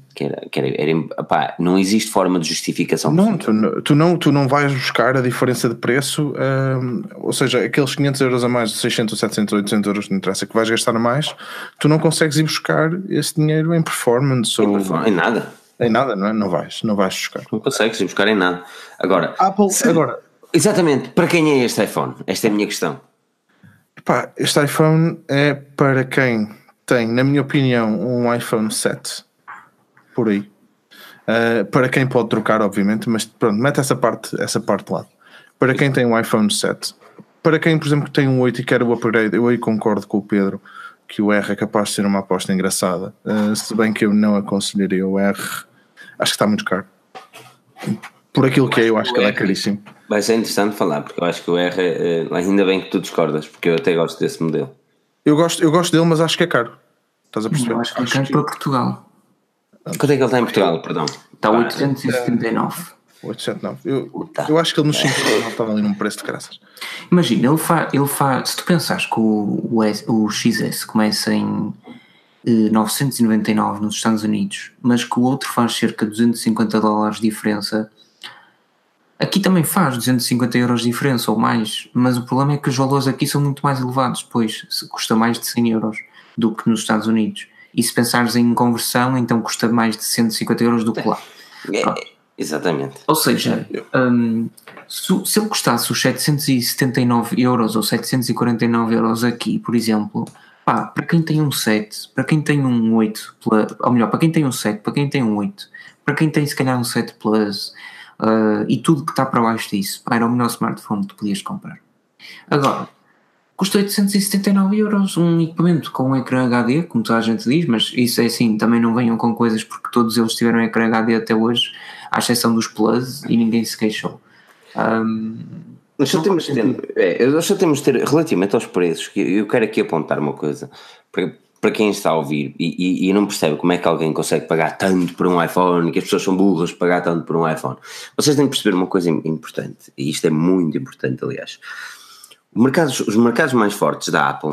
Não existe forma de justificação. Não, tu não vais buscar a diferença de preço, ou seja, aqueles 500 euros a mais, 600, 700, 800 euros, não interessa, que vais gastar mais, tu não consegues ir buscar esse dinheiro em performance. Em nada. Em nada, não é? Não vais buscar. Não consegues ir buscar em nada. Agora, Apple, agora. Exatamente, para quem é este iPhone? Esta é a minha questão. Este iPhone é para quem tem, na minha opinião, um iPhone 7 por aí. Para quem pode trocar, obviamente, mas pronto, mete essa parte de lado. Para quem tem um iPhone 7, para quem, por exemplo, tem um 8 e quer o upgrade, eu aí concordo com o Pedro que o R é capaz de ser uma aposta engraçada, se bem que eu não aconselharia o R, acho que está muito caro. Por aquilo que é, eu acho que ele é caríssimo. Vai ser interessante falar, porque eu acho que o R, ainda bem que tu discordas, porque eu até gosto desse modelo. Eu gosto dele, mas acho que é caro. Estás a perceber? Eu acho que é caro para Portugal. Quanto é que ele está em Portugal, perdão? Está 879. 879. Eu acho que ele nos 5 estava ali num preço de graças. Imagina, ele faz. Se tu pensares que o XS começa em 999 nos Estados Unidos, mas que o outro faz cerca de $250 de diferença, aqui também faz 250 euros de diferença ou mais, mas o problema é que os valores aqui são muito mais elevados, pois custa mais de 100 euros do que nos Estados Unidos. E se pensares em conversão, então custa mais de 150 euros do que lá. Exatamente. Ou seja, se ele custasse os 779 euros ou 749 euros aqui, por exemplo, para quem tem um 7, para quem tem um 8, ou melhor, para quem tem um 7, para quem tem um 8, para quem tem se calhar um 7 Plus e tudo que está para baixo disso, era o melhor smartphone que tu podias comprar. Agora, custa 879 euros um equipamento com um ecrã HD, como toda a gente diz, mas isso é assim, também não venham com coisas porque todos eles tiveram ecrã HD até hoje, à exceção dos Plus, e ninguém se queixou. Mas só temos de ter, relativamente aos preços, eu quero aqui apontar uma coisa, para quem está a ouvir e não percebe como é que alguém consegue pagar tanto por um iPhone, que as pessoas são burras para pagar tanto por um iPhone. Vocês têm que perceber uma coisa importante, e isto é muito importante, aliás. Os mercados mais fortes da Apple,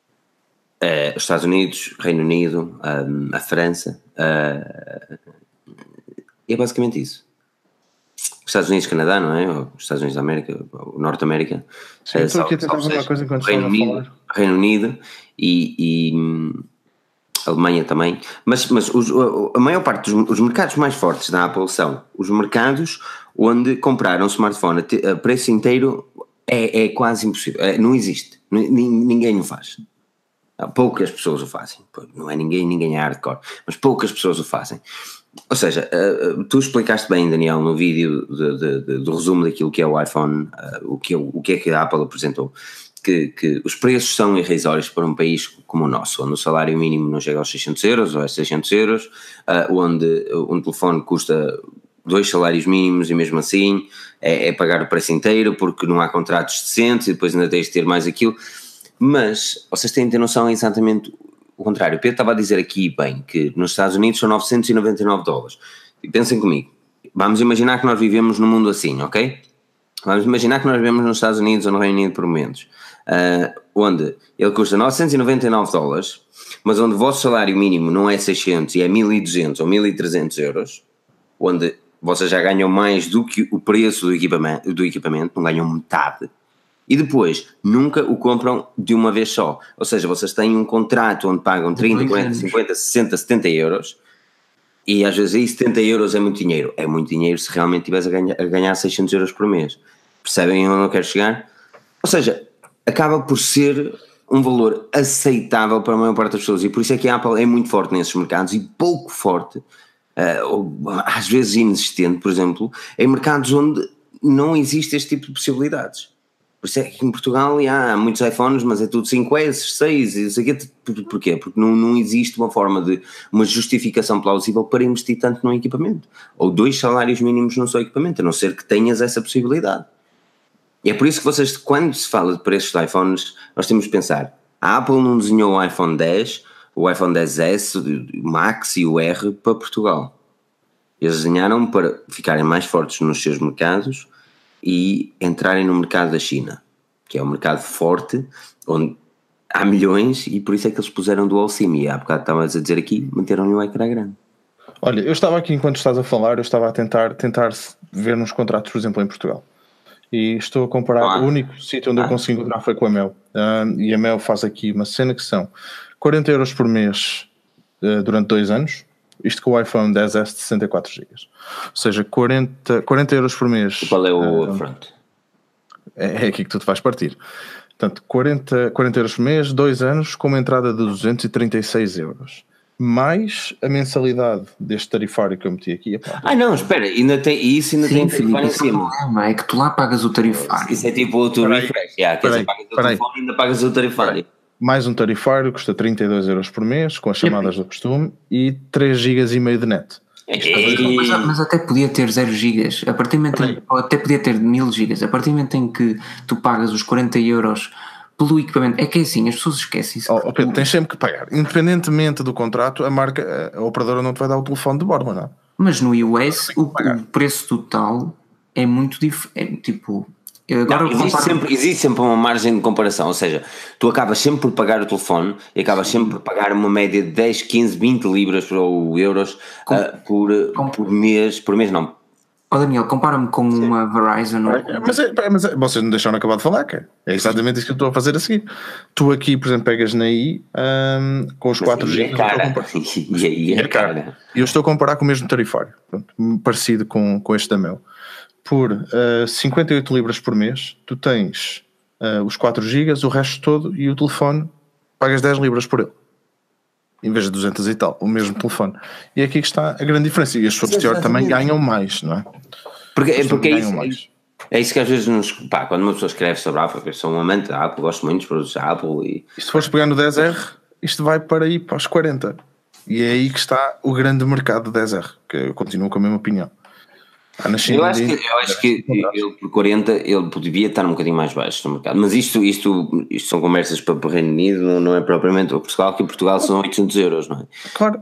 os Estados Unidos, Reino Unido, a França, é basicamente isso. Os Estados Unidos, Canadá, não é? Os Estados Unidos da América, o Norte América. Sim, estou aqui a tentar ver uma coisa enquanto Reino Unido e Alemanha também. Mas a maior parte dos mercados mais fortes da Apple são os mercados onde comprar um smartphone a preço inteiro é quase impossível. Não existe. Ninguém o faz. Poucas pessoas o fazem. Não é ninguém é hardcore, mas poucas pessoas o fazem. Ou seja, tu explicaste bem, Daniel, no vídeo do resumo daquilo que é o iPhone, o que é que a Apple apresentou, que os preços são irrisórios para um país como o nosso, onde o salário mínimo não chega aos 600 euros ou a 600 euros, onde um telefone custa 2 salários mínimos e mesmo assim é pagar o preço inteiro porque não há contratos decentes e depois ainda tens de ter mais aquilo. Mas vocês têm de ter noção exatamente o contrário. O Pedro estava a dizer aqui bem que nos Estados Unidos são $999. E pensem comigo, vamos imaginar que nós vivemos num mundo assim, ok? Vamos imaginar que nós vivemos nos Estados Unidos ou no Reino Unido por momentos, onde ele custa $999, mas onde o vosso salário mínimo não é 600 e é 1.200 ou 1.300 euros, onde vocês já ganham mais do que o preço do equipamento, não ganham metade. E depois, nunca o compram de uma vez só. Ou seja, vocês têm um contrato onde pagam 30, 40, 50, 60, 70 euros e às vezes aí 70 euros é muito dinheiro. É muito dinheiro se realmente estivesse a ganhar 600 euros por mês. Percebem onde eu quero chegar? Ou seja, acaba por ser um valor aceitável para a maior parte das pessoas, e por isso é que a Apple é muito forte nesses mercados e pouco forte, ou às vezes inexistente, por exemplo, em mercados onde não existe este tipo de possibilidades. Por isso é que em Portugal há muitos iPhones, mas é tudo 5S, 6, e isso aqui. Porquê? Porque não existe uma justificação plausível para investir tanto num equipamento. Ou 2 salários mínimos num só equipamento, a não ser que tenhas essa possibilidade. E é por isso que vocês, quando se fala de preços de iPhones, nós temos de pensar, a Apple não desenhou o iPhone X, o iPhone XS, o Max e o R para Portugal. Eles desenharam para ficarem mais fortes nos seus mercados e entrarem no mercado da China, que é um mercado forte, onde há milhões, e por isso é que eles puseram dual SIM, e há bocado estavas a dizer aqui, meteram-lhe um ecrã grande. Olha, eu estava aqui enquanto estás a falar, eu estava a tentar ver nos contratos, por exemplo, em Portugal, e estou a comparar, o único sítio onde eu consigo encontrar foi com a Mel, e a Mel faz aqui uma cena que são 40 euros por mês durante 2 anos, isto com o iPhone XS de 64 GB. Ou seja, 40 euros por mês. E qual é o upfront? É aqui que tu te vais partir. Portanto, 40 euros por mês, 2 anos, com uma entrada de 236 euros. Mais a mensalidade deste tarifário que eu meti aqui. Não, espera, ainda tem tarifário em cima. É que tu lá pagas o tarifário. Isso é tipo outro refresh. Pagas o telefone e ainda pagas o tarifário. Mais um tarifário, custa 32 euros por mês, com as chamadas do costume, e 3 GB e meio de net. Mas até podia ter 0 GB, a partir do momento ou até podia ter 1000 GB, a partir do momento em que tu pagas os 40 euros pelo equipamento, é que é assim, as pessoas esquecem-se. Pedro, tens sempre que pagar, independentemente do contrato, a operadora não te vai dar o telefone de borla, não é? Mas no iOS o preço total é muito diferente, tipo... Agora existe sempre uma margem de comparação, ou seja, tu acabas sempre por pagar o telefone e acabas sempre por pagar uma média de 10, 15, 20 libras ou euros por mês não. Daniel, compara-me com uma Verizon. Mas vocês não deixaram acabar de falar, cara. É exatamente isso que eu estou a fazer a seguir. Tu aqui, por exemplo, pegas na I com os 4G. E aí é cara. Eu estou a comparar com o mesmo tarifário, parecido com este da Mel. Por 58 libras por mês, tu tens os 4 GB, o resto todo, e o telefone pagas 10 libras por ele, em vez de 200 e tal, o mesmo telefone. E é aqui que está a grande diferença. E as pessoas também ganham mais, não é? Porque é isso que às vezes quando uma pessoa escreve sobre a Apple, eu sou um amante da Apple, gosto muito dos produtos da Apple. E se fores pegar no 10R, isto vai para aí para os 40. E é aí que está o grande mercado do 10R, que eu continuo com a mesma opinião. Eu acho que ele por 40 ele poderia estar um bocadinho mais baixo no mercado, mas isto são conversas para o Reino Unido, não é propriamente o Portugal, que em Portugal são 800 euros, não é? Claro.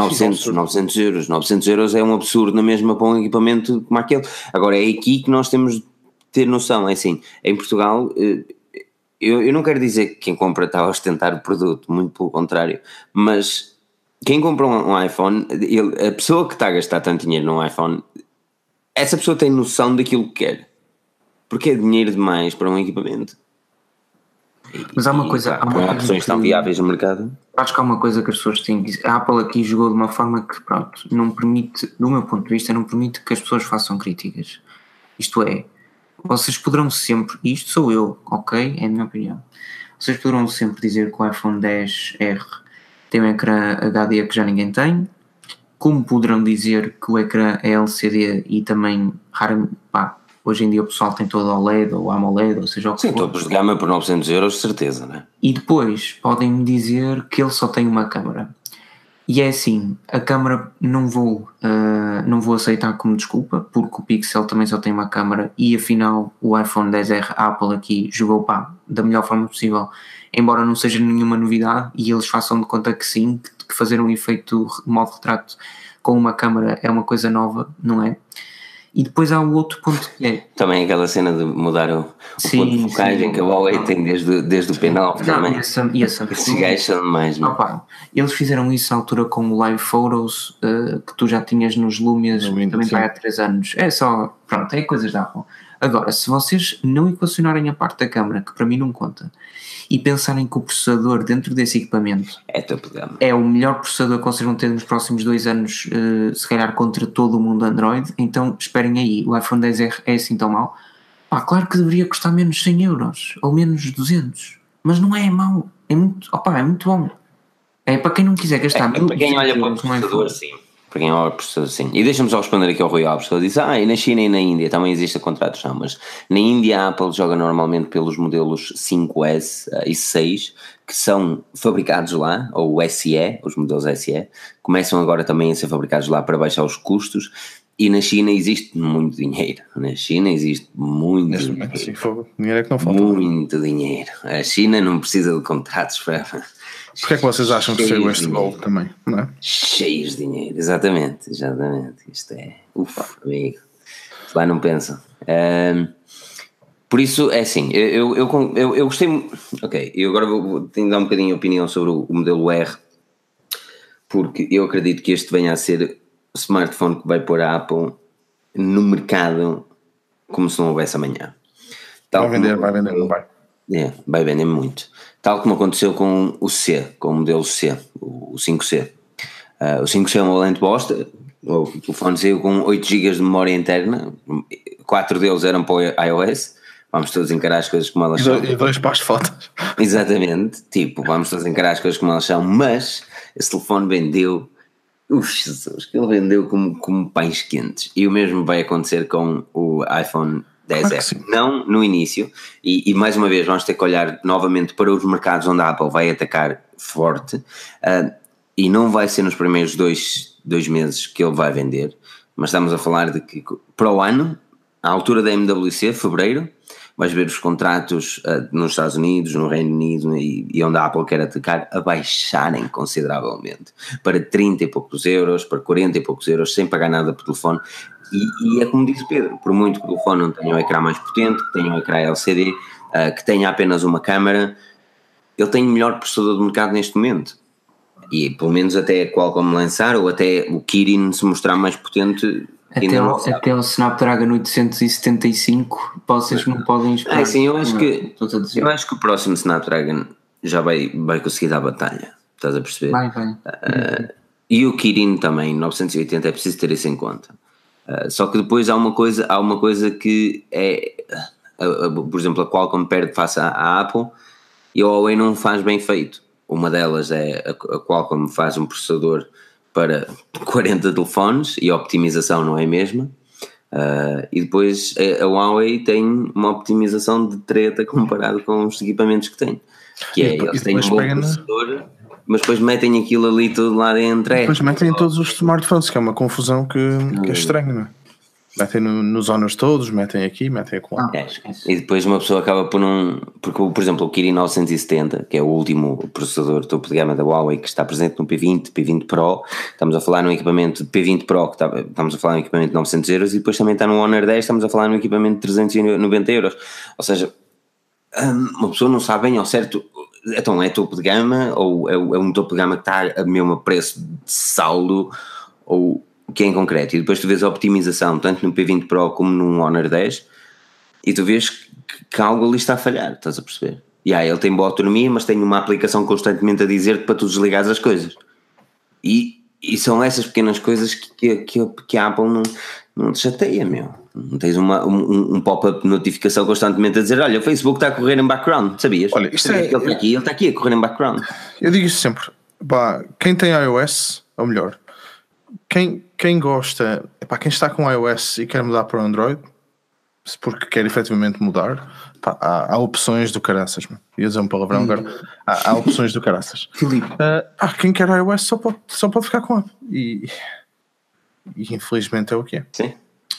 900 euros é um absurdo na mesma para um equipamento como aquele. Agora é aqui que nós temos de ter noção, é assim, em Portugal eu não quero dizer que quem compra está a ostentar o produto, muito pelo contrário, mas quem compra um iPhone, a pessoa que está a gastar tanto dinheiro num iPhone, essa pessoa tem noção daquilo que quer, porque é dinheiro demais para um equipamento. Mas há uma coisa. Há opções tão viáveis no mercado. Acho que há uma coisa que as pessoas têm que dizer. A Apple aqui jogou de uma forma que, pronto, não permite, do meu ponto de vista, não permite que as pessoas façam críticas. Isto é, vocês poderão sempre, e isto sou eu, ok? É a minha opinião. Vocês poderão sempre dizer que o iPhone XR tem um ecrã HD que já ninguém tem. Como poderão dizer que o ecrã é LCD e também, hoje em dia o pessoal tem todo OLED ou AMOLED, ou seja o que for. Sim, topos de gama por 900 euros, de certeza, não é? E depois podem-me dizer que ele só tem uma câmara. E é assim, a câmara não vou aceitar como desculpa, porque o Pixel também só tem uma câmara e afinal o iPhone XR Apple aqui jogou da melhor forma possível, embora não seja nenhuma novidade e eles façam de conta que sim, que fazer um efeito modo retrato com uma câmara é uma coisa nova, não é? E depois há o outro ponto que é... Também aquela cena de mudar o ponto de focagem que a Huawei tem desde o P9 também. Esses gajos são demais, não é? Eles fizeram isso à altura com o Live Photos, que tu já tinhas nos Lumias também há 3 anos. É só, pronto, é coisas da Apple. Agora, se vocês não equacionarem a parte da câmara, que para mim não conta, e pensarem que o processador dentro desse equipamento é o melhor processador que vocês vão ter nos próximos 2 anos, se calhar contra todo o mundo Android, então esperem aí, o iPhone XR é assim tão mau? Claro que deveria custar menos 100 euros ou menos 200, mas não é mau, é muito bom. É para quem não quiser gastar muito. Para quem olha para o processador, sim. Para quem olha para o processador, sim. E deixa-me só responder aqui ao Rui Alves, que ele diz, e na China e na Índia também existem contratos, não, mas na Índia a Apple joga normalmente pelos modelos 5S e 6, que são fabricados lá, ou SE, os modelos SE, começam agora também a ser fabricados lá para baixar os custos, e na China existe muito dinheiro. Na China existe muito dinheiro. Sim, dinheiro é que não falta. Muito dinheiro. A China não precisa de contratos para... Porque é que vocês acham que saiu este gol também, não é? Cheios de dinheiro, exatamente. Isto é, amigo, lá não pensam. Por isso, é assim, eu gostei, ok, eu agora tenho de dar um bocadinho de opinião sobre o modelo R, porque eu acredito que este venha a ser o smartphone que vai pôr a Apple no mercado como se não houvesse amanhã. Vai vender, não vai? Vai vender muito. Tal como aconteceu com o C, com o modelo C, o 5C. O 5C é uma lente bosta, o telefone saiu com 8 GB de memória interna, 4 deles eram para o iOS, vamos todos encarar as coisas como elas são. E 2 para as fotos. Exatamente, vamos todos encarar as coisas como elas são, mas esse telefone vendeu, Jesus, que ele vendeu como pães quentes, e o mesmo vai acontecer com o iPhone 10R, não no início, e mais uma vez vamos ter que olhar novamente para os mercados onde a Apple vai atacar forte, e não vai ser nos primeiros dois meses que ele vai vender, mas estamos a falar de que para o ano, à altura da MWC, fevereiro, vais ver os contratos nos Estados Unidos, no Reino Unido e onde a Apple quer atacar a baixarem consideravelmente para 30 e poucos euros, para 40 e poucos euros, sem pagar nada por telefone. E é como disse Pedro, por muito que o telefone não tenha um ecrã mais potente, que tenha um ecrã LCD, que tenha apenas uma câmara, ele tem o melhor processador do mercado neste momento. E pelo menos até a Qualcomm lançar, ou até o Kirin se mostrar mais potente, até o Snapdragon 875 vocês não podem esperar. Sim, eu acho que o próximo Snapdragon já vai conseguir dar batalha, estás a perceber? Vai. E o Kirin também, 980, é preciso ter isso em conta. Só que depois há uma coisa que é, por exemplo, a Qualcomm perde face à Apple e a Huawei não faz bem feito. Uma delas é a Qualcomm faz um processador para 40 telefones e a optimização não é a mesma, e depois a Huawei tem uma optimização de treta comparado com os equipamentos que tem, que é, eles têm um bom processador, mas depois metem aquilo ali tudo lá dentro. Depois metem em todos os smartphones, que é uma confusão que é estranha, não é? Metem nos Honors todos, metem aqui, metem acolá. E depois uma pessoa acaba por não... Porque, por exemplo, o Kirin 970, que é o último processador topo de gama da Huawei, que está presente no P20 Pro, estamos a falar num equipamento de P20 Pro, estamos a falar num equipamento de 900 euros, e depois também está no Honor 10, estamos a falar num equipamento de 390 euros. Ou seja, uma pessoa não sabe bem ao certo... Então, é topo de gama, ou é um topo de gama que está a mesmo preço de saldo, ou... que é em concreto, e depois tu vês a optimização tanto no P20 Pro como no Honor 10 e tu vês que algo ali está a falhar, estás a perceber? Ele tem boa autonomia, mas tem uma aplicação constantemente a dizer-te para tu desligares as coisas, e são essas pequenas coisas que a Apple não te chateia, meu. Não tens um pop-up de notificação constantemente a dizer, olha, o Facebook está a correr em background, sabias? Olha, isto ele está aqui a correr em background. Eu digo isso sempre, quem tem iOS, ou melhor, quem gosta, quem está com iOS e quer mudar para o Android, porque quer efetivamente mudar, há opções do caraças, ia dizer um palavrão agora, há opções do caraças. Filipe, quem quer iOS só pode ficar com a Apple, e infelizmente é o que é. Sim.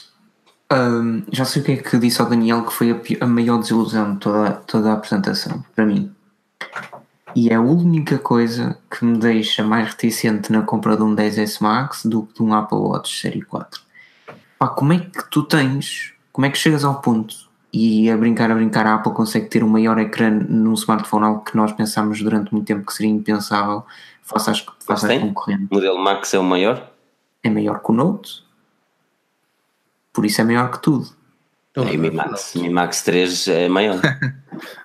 Já sei o que é que disse ao Daniel, que foi a maior desilusão de toda a apresentação, para mim. E é a única coisa que me deixa mais reticente na compra de um 10S Max do que de um Apple Watch Série 4. Como é que tu tens, como é que chegas ao ponto e a brincar a Apple consegue ter um maior ecrã num smartphone, algo que nós pensámos durante muito tempo que seria impensável face às concorrentes. O modelo Max é o maior? É maior que o Note, por isso é maior que tudo. E o Mi Max 3 é maior.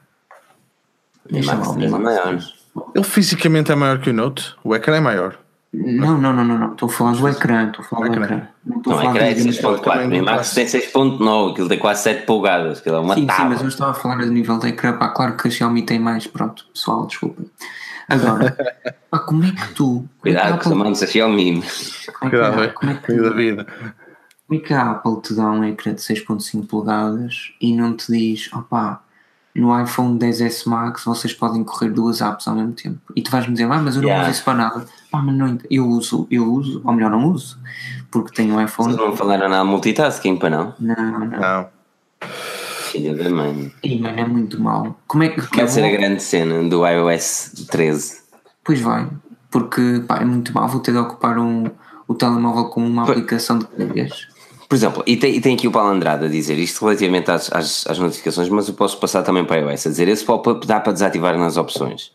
Ele fisicamente é maior que o Note, o ecrã é maior, Não. Estou a falar do ecrã. Não estou a Não, falar é do 6.4, o IMAX tem 6.9, aquilo tem quase 7 polegadas, aquilo é uma Sim, tábua. mas eu estava a falar do nível de ecrã. Pá, claro que a Xiaomi tem mais. Pronto, pessoal, desculpa. Agora, pá, como é que tu. Cuidado que chamamos a Xiaomi. Cuidado, da vida. Como é que a Apple te dá um ecrã de 6.5 polegadas e não te diz, opá, no iPhone XS Max vocês podem correr 2 apps ao mesmo tempo? E tu vais-me dizer, mas eu não uso isso para nada. Pá, mas não, eu uso, ou melhor, não uso, porque tenho um iPhone. Vocês não falaram nada de multitasking, para não? Não. Filha da mãe. E, mano, é muito mau. Como é que Vai ser a grande cena do iOS 13. Pois vai, porque pá, é muito mau. Vou ter de ocupar o telemóvel com uma aplicação de colegas. Por exemplo, e tem aqui o Paulo Andrade a dizer isto relativamente às notificações, mas eu posso passar também para a iOS a dizer esse pop-up dá para desativar nas opções.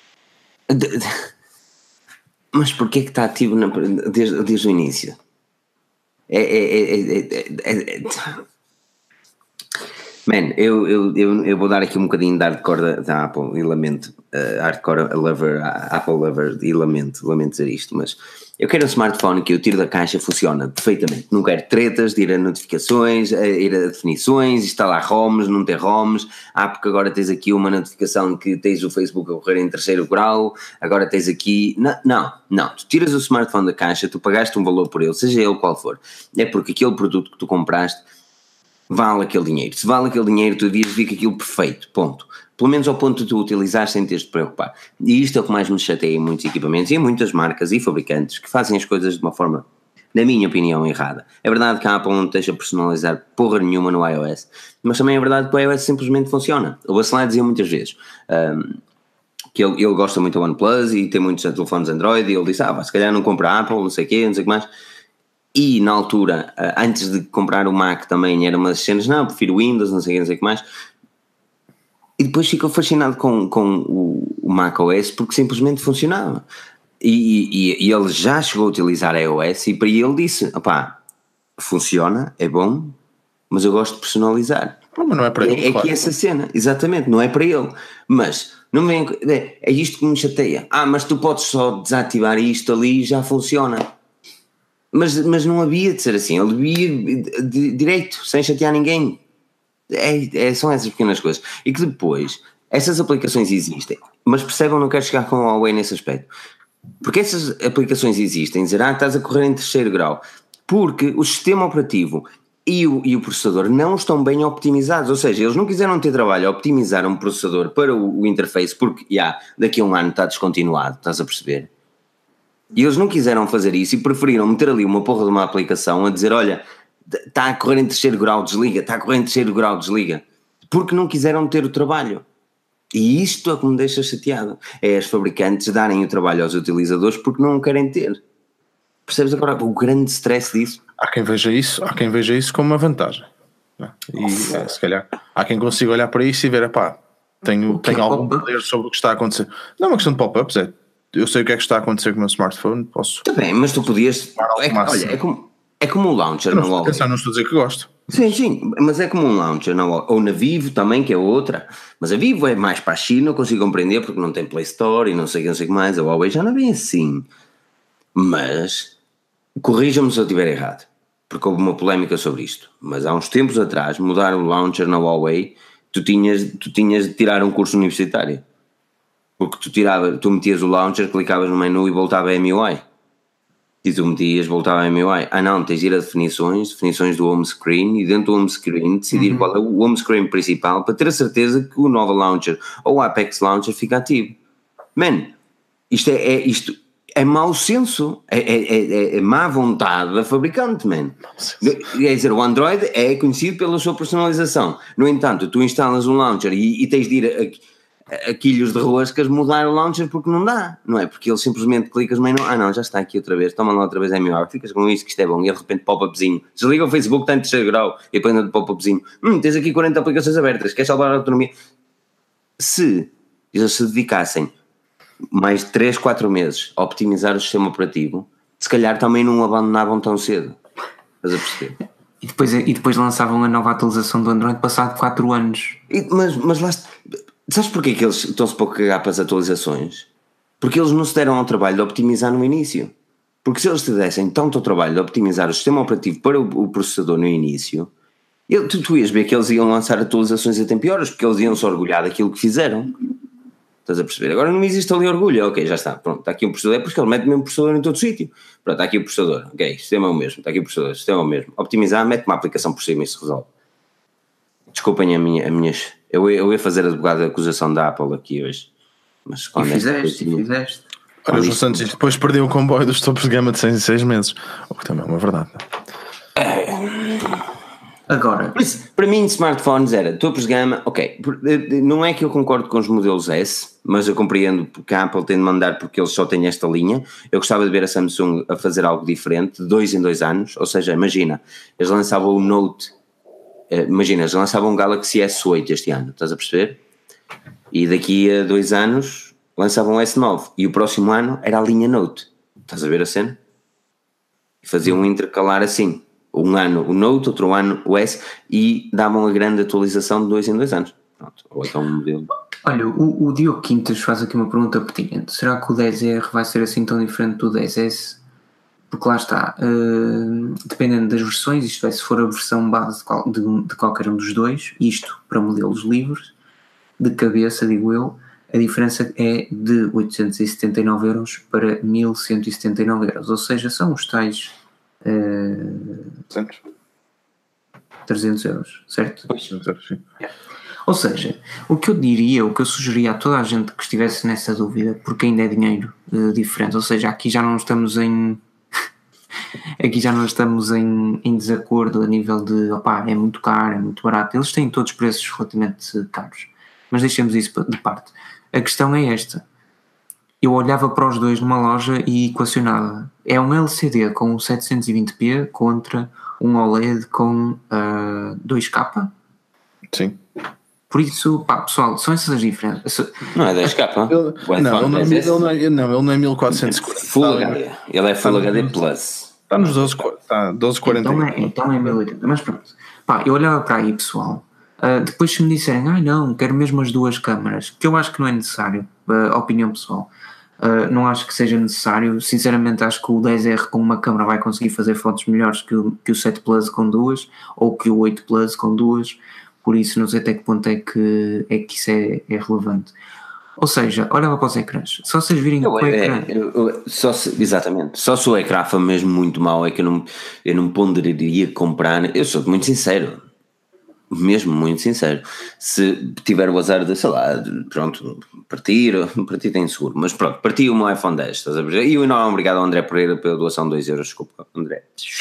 Mas porquê que está ativo desde o início? Man, eu vou dar aqui um bocadinho de hardcore da Apple e lamento, hardcore lover, Apple lover e lamento dizer isto, mas eu quero um smartphone que eu tiro da caixa, funciona perfeitamente, não quero tretas de ir a notificações, ir a definições, instalar ROMs, não ter ROMs, porque agora tens aqui uma notificação que tens o Facebook a correr em 3º grau, agora tens aqui, não, tu tiras o smartphone da caixa, tu pagaste um valor por ele, seja ele qual for, é porque aquele produto que tu compraste vale aquele dinheiro. Se vale aquele dinheiro, tu devias ver que aquilo perfeito, ponto. Pelo menos ao ponto de tu utilizar sem teres de preocupar. E isto é o que mais me chateia em muitos equipamentos e em muitas marcas e fabricantes que fazem as coisas de uma forma, na minha opinião, errada. É verdade que a Apple não te deixa personalizar porra nenhuma no iOS, mas também é verdade que o iOS simplesmente funciona. O Bacelar dizia muitas vezes que ele gosta muito do OnePlus e tem muitos telefones Android e ele disse, se calhar não compra a Apple, não sei o quê, não sei o que mais. E na altura, antes de comprar o Mac também era umas cenas, prefiro Windows, não sei o que mais. E depois ficou fascinado com o Mac OS porque simplesmente funcionava. E ele já chegou a utilizar a iOS e para ele disse, funciona, é bom, mas eu gosto de personalizar. Mas não é para ele, claro. Que essa cena, exatamente, não é para ele. Mas não vem, é isto que me chateia. Mas tu podes só desativar isto ali e já funciona. Mas não havia de ser assim, ele devia direito, sem chatear ninguém. São essas pequenas coisas. E que depois, essas aplicações existem, mas percebam, não quero chegar com o Huawei nesse aspecto. Porque essas aplicações existem, dizer, estás a correr em 3º grau, porque o sistema operativo e o processador não estão bem optimizados, ou seja, eles não quiseram ter trabalho a optimizar um processador para o interface, porque daqui a um ano está descontinuado, estás a perceber? E eles não quiseram fazer isso e preferiram meter ali uma porra de uma aplicação a dizer, olha, está a correr em 3º grau, desliga, porque não quiseram ter o trabalho. E isto é o que me deixa chateado, é as fabricantes darem o trabalho aos utilizadores porque não o querem ter. Percebes agora o grande stress disso? Há quem veja isso como uma vantagem. E se calhar há quem consiga olhar para isso e ver, tenho algum poder sobre o que está a acontecer. Não é uma questão de pop-ups, eu sei o que é que está a acontecer com o meu smartphone, posso... Está bem, mas tu podias... É como um launcher na Huawei. Não estou a dizer que gosto. Sim, mas é como um launcher ou na Vivo também, que é outra. Mas a Vivo é mais para a China, eu consigo compreender porque não tem Play Store e não sei o que mais. A Huawei já não é bem assim. Mas, corrija-me se eu estiver errado, porque houve uma polémica sobre isto. Mas há uns tempos atrás, mudar o launcher na Huawei, tu tinhas de tirar um curso universitário. Porque tu metias o launcher, clicavas no menu e voltava a MUI. E tu metias, voltava a MUI. Não, tens de ir a definições do home screen, e dentro do home screen decidir qual é o home screen principal para ter a certeza que o Nova Launcher ou o Apex Launcher fica ativo. Isto é mau senso, é má vontade da fabricante, Quer dizer, o Android é conhecido pela sua personalização. No entanto, tu instalas um launcher e tens de ir a quilhos de roscas mudar o launcher porque não dá, não é? Porque ele simplesmente clicas no menu, não, já está aqui outra vez, toma lá outra vez a MUI, ficas com isso que isto é bom, e de repente pop-upzinho, desliga o Facebook, está em 3º grau, e depois anda de pop-upzinho, tens aqui 40 aplicações abertas, queres salvar a autonomia? Se eles se dedicassem mais de 3, 4 meses a optimizar o sistema operativo, se calhar também não o abandonavam tão cedo, estás a perceber? E depois lançavam a nova atualização do Android passado 4 anos. Mas lá... Sabes porquê que eles estão-se pouco a cagar para as atualizações? Porque eles não se deram ao trabalho de optimizar no início. Porque se eles te dessem tanto trabalho de optimizar o sistema operativo para o processador no início, tu ias ver que eles iam lançar atualizações a tempo e horas, porque eles iam se orgulhar daquilo que fizeram. Estás a perceber? Agora não existe ali orgulho. Ok, já está, pronto, está aqui um processador, é porque eles metem o mesmo processador em todo sítio. Pronto, está aqui o processador, ok, o sistema é o mesmo, está aqui o processador, o sistema é o mesmo. Optimizar, mete uma aplicação por cima e se resolve. Desculpem eu ia fazer a advogada de acusação da Apple aqui hoje. Mas E fizeste. Olha, os Santos depois perdeu o comboio dos topos de gama de 6 em 6 meses, o que também é uma verdade. Agora, para mim, smartphones era topos de gama, ok, não é que eu concordo com os modelos S, mas eu compreendo porque a Apple tem de mandar porque eles só têm esta linha. Eu gostava de ver a Samsung a fazer algo diferente, de 2 em 2 anos, ou seja, imagina, eles lançavam o Note, eles lançavam o Galaxy S8 este ano, estás a perceber? E daqui a 2 anos lançavam o S9, e o próximo ano era a linha Note, estás a ver a cena? E faziam um intercalar assim. Um ano o Note, outro ano o S, e davam a grande atualização de 2 em 2 anos. Pronto, ou então um modelo. Olha, o Diogo Quintas faz aqui uma pergunta pertinente. Será que o 10R vai ser assim tão diferente do 10S? Porque lá está, dependendo das versões, isto é, se for a versão base de qualquer um dos dois, isto para modelos livres, de cabeça, digo eu, a diferença é de 879 euros para 1179 euros. Ou seja, são os tais 300 euros, certo? Sim. Ou seja, o que eu sugeria a toda a gente que estivesse nessa dúvida, porque ainda é dinheiro diferente, ou seja, aqui já não estamos em desacordo a nível de é muito caro, é muito barato, eles têm todos preços relativamente caros, mas deixemos isso de parte. A questão é esta: eu olhava para os dois numa loja e equacionava, é um LCD com 720p contra um OLED com 2K? Sim. Por isso, pessoal, são essas as diferenças. Não é 10K? Ele não é 1440. Full HD. Ele é Full HD Plus. Está nos 1240. Então é 1080. Mas pronto. Eu olhava para aí, pessoal. Depois se me disserem, não, quero mesmo as duas câmaras, que eu acho que não é necessário, opinião pessoal. Não acho que seja necessário. Sinceramente acho que o 10R com uma câmera vai conseguir fazer fotos melhores que o 7 Plus com duas, ou que o 8 Plus com duas. Por isso não sei até que ponto é que isso é relevante. Ou seja, olhava para os ecrãs, só vocês virem o ecrã. Exatamente, só se o ecrã for mesmo muito mau é que eu não ponderaria comprar. Eu sou muito sincero, mesmo muito sincero. Se tiver o azar de, sei lá, pronto, partir tem seguro, mas pronto, parti o meu iPhone 10, estás a ver? E eu não, obrigado ao André Pereira pela doação de 2€, desculpa, André.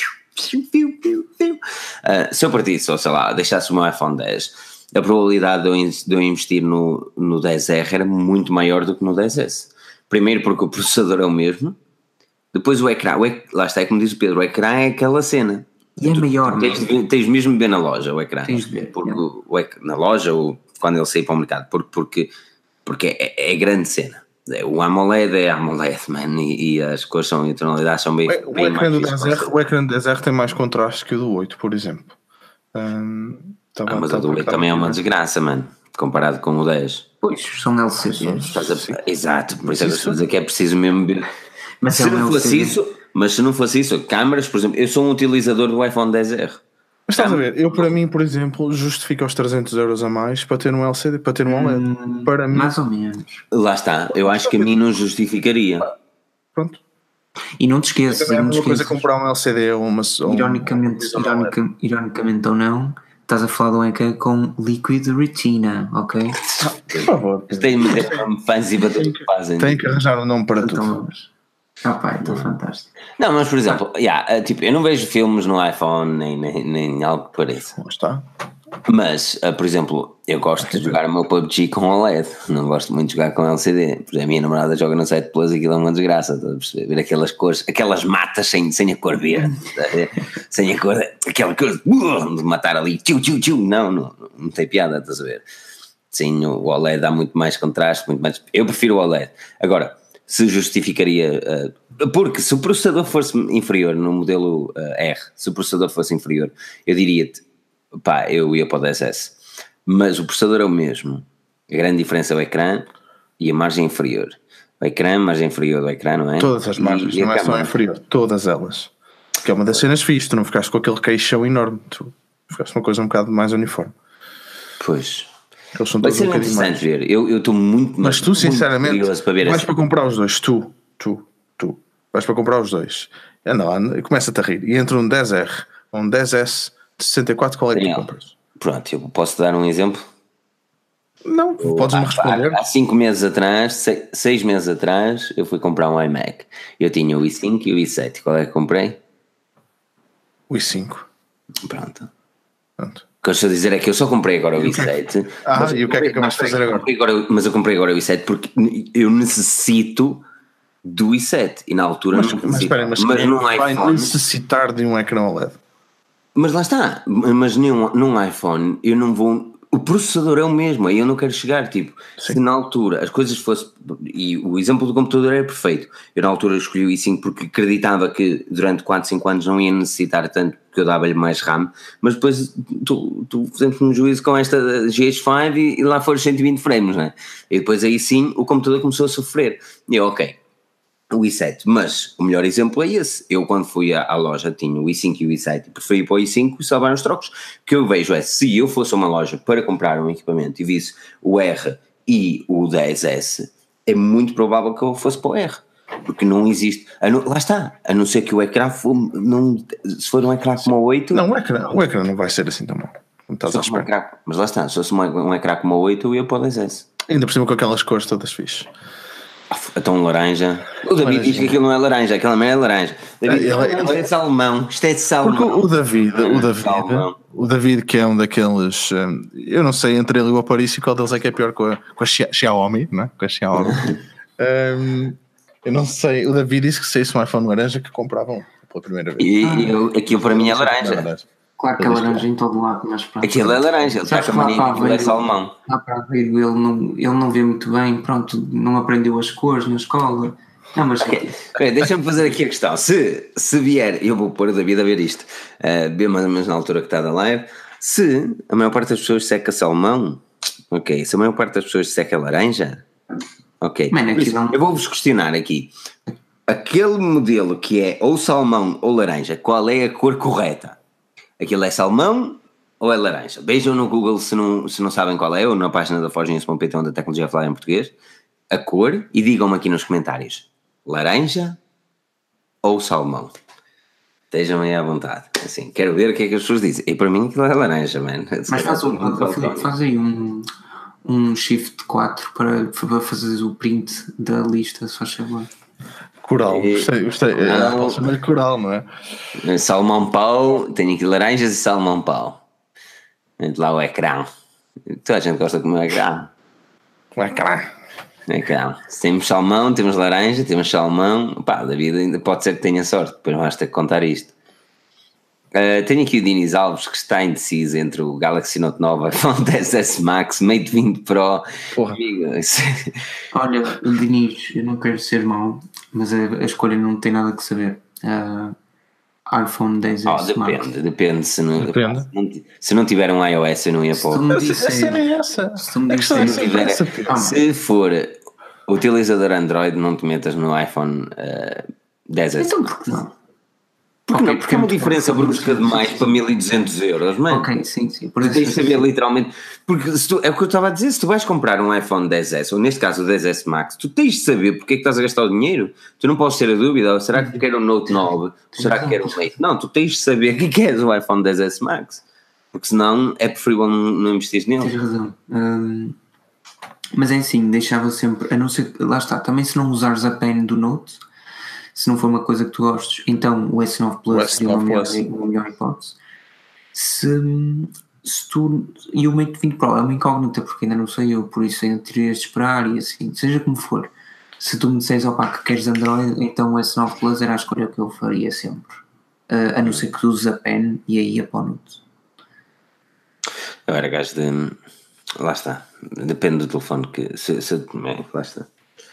Se eu partisse, ou sei lá, deixasse o meu iPhone 10, a probabilidade de eu investir no 10R era muito maior do que no 10S. Primeiro porque o processador é o mesmo, depois o ecrã, lá está, é como diz o Pedro, o ecrã é aquela cena. E é maior, tens mesmo de ver na loja o ecrã. Tens de ver, porque na loja ou quando ele sair para o mercado, porque é grande cena. O AMOLED é AMOLED, man, e as cores e tonalidades são bem mais. O ecrã do 10R tem mais contraste que o do 8, por exemplo. Mas o do 8 também é uma desgraça, mano, comparado com o 10. Pois, são LCDs. Exato, por isso é que eu estou a dizer que é preciso mesmo ver. Mas se não fosse isso, câmaras, por exemplo, eu sou um utilizador do iPhone 10R. Mas estás a ver, eu para mim, por exemplo, justifico os 300€ a mais para ter um LCD, para ter um OLED. Para mim, mais ou menos. Lá está, eu acho que a mim não justificaria. Pronto. E não te esqueças. É uma coisa comprar um LCD ou uma. Ironicamente ou não, estás a falar de um ecrã com Liquid Retina, ok? Por favor. Tem fãs e bater o que fazem. Tem que arranjar um nome para tudo. Então fantástico. Não, mas por exemplo, tipo, eu não vejo filmes no iPhone nem algo que pareça. Está. Mas, por exemplo, eu gosto de jogar o meu PUBG com OLED, não gosto muito de jogar com LCD. Por exemplo, a minha namorada joga no 7 Plus e aquilo é uma desgraça, estás a perceber? Ver aquelas cores, aquelas matas sem a cor verde, sem a cor, aquela coisa de matar ali, tchiu, não tem piada, estás a ver? Sim, o OLED dá muito mais contraste, muito mais. Eu prefiro o OLED. Agora, se justificaria, porque se o processador fosse inferior no modelo R, se o processador fosse inferior, eu diria-te, eu ia para o 10S, mas o processador é o mesmo, a grande diferença é o ecrã e a margem inferior. O ecrã, mas inferior do ecrã, não é? Todas as margens, não é só inferior, todas elas. Que é uma das cenas fixas, tu não ficaste com aquele queixão enorme, tu ficaste com uma coisa um bocado mais uniforme. Pois. Eles são Vai todos ser um bocadinho interessante mais. ver. Eu estou muito, Mas tu, muito sinceramente, curioso para ver vais para comprar os dois, tu, vais para comprar os dois. Não, começa-te a rir. E entre um 10R ou um 10S de 64, qual é que tu compras? Pronto, eu posso dar um exemplo? Não, podes-me responder. Há 5 meses atrás, 6 meses atrás, eu fui comprar um iMac. Eu tinha o i5 e o i7. Qual é que comprei? O i5. Pronto. O que eu estou a dizer é que eu só comprei agora o i7. E o que é que acabaste de fazer agora? Mas eu comprei agora o i7 porque eu necessito do i7 e na altura Mas não necessito. espera, mas num vai iPhone necessitar de um ecrã OLED. Mas lá está, mas num iPhone eu não vou. O processador é o mesmo, aí eu não quero chegar. Tipo, Sim. se na altura as coisas fossem. E o exemplo do computador é perfeito. Eu na altura escolhi o i5 porque acreditava que durante 4, 5 anos não ia necessitar tanto, porque eu dava-lhe mais RAM. Mas depois tu fizemos um juízo com esta GH5 e lá foram 120 frames, né? E depois aí sim o computador começou a sofrer. E eu, ok. O i7, mas o melhor exemplo é esse. Eu quando fui à loja tinha o i5 e o i7 e preferi para o i5 e salvar os trocos. O que eu vejo é, se eu fosse a uma loja para comprar um equipamento e visse o R e o 10S, é muito provável que eu fosse para o R, porque não existe, lá está, a não ser que o ecrã se for um ecrã como o 8... Não, o ecrã não vai ser assim tão mau. Mas lá está, se fosse um ecrã como o 8 eu ia para o 10S. Ainda por cima com aquelas cores todas fixes. Então laranja. O David diz que aquilo não é laranja, aquela merda é laranja. David, isto é salmão. Isto é de salmão. Porque o David que é um daqueles, eu não sei entre ele e o Aparício qual deles é que é pior com a Xiaomi, não é? Com a Xiaomi. Eu não sei, o David disse que saísse um iPhone laranja que compravam pela primeira vez. E aquilo para mim é laranja. Claro que é laranja em todo lado, mas pronto. Aquilo é laranja, ele está com a mania que aquilo é salmão. Lá para ver, ele não vê muito bem, pronto, não aprendeu as cores na escola. Não, mas okay, deixa-me fazer aqui a questão. Se vier, eu vou pôr o David a ver isto, bem mais ou menos na altura que está da live. Se a maior parte das pessoas seca salmão, ok. Se a maior parte das pessoas seca laranja, ok. Eu vou-vos questionar aqui. Aquele modelo que é ou salmão ou laranja, qual é a cor correta? Aquilo é salmão ou é laranja? Vejam no Google se não sabem qual é, ou na página da Forginhos.pt onde a tecnologia fala em português, a cor, e digam-me aqui nos comentários, laranja ou salmão? Estejam aí à vontade. Assim, quero ver o que é que as pessoas dizem. E para mim aquilo é laranja, man. Mas faz aí um shift 4 para fazer o print da lista, se faz favor. Coral, gostei. Posso chamar-lhe coral, não é? Salmão pau, tenho aqui laranjas e salmão pau. Entre lá o ecrã. Toda a gente gosta de comer o ecrã. O ecrã. Se temos salmão, temos laranja, temos salmão. Pá, da vida ainda pode ser que tenha sorte, depois vais ter que contar isto. Tenho aqui o Dinis Alves que está indeciso entre o Galaxy Note 9, iPhone XS Max, Mate 20 Pro. Amigo, olha, Dinis, eu não quero ser mau, mas a escolha não tem nada que saber. iPhone XS Max. Depende. Se não tiver um iOS eu não ia pôr. Se for utilizador Android, não te metas no iPhone XS. Então por que não? Porque é uma diferença brusca demais para 1.200 euros, mano. Ok, sim. Por isso tens de saber literalmente. Porque é o que eu estava a dizer, se tu vais comprar um iPhone XS, ou neste caso o XS Max, tu tens de saber porque é que estás a gastar o dinheiro. Tu não podes ter a dúvida, ou será que quero um Note 9? Será que quero um Mate? Não, tu tens de saber que queres o iPhone XS Max. Porque senão é preferível não investir nele. Tens razão. Mas é assim, deixava sempre, a não ser que, lá está, também se não usares a pen do Note, se não for uma coisa que tu gostes, então o S9 Plus seria uma melhor hipótese. Se tu, e o Mate 20 Pro é uma incógnita, porque ainda não sei eu, por isso ainda terias de esperar e assim, seja como for. Se tu me disseres, que queres Android, então o S9 Plus era a escolha que eu faria sempre. A não ser que tu uses a pen e aí a para o Note. Eu era gajo de... Lá está. Depende do telefone que... lá está.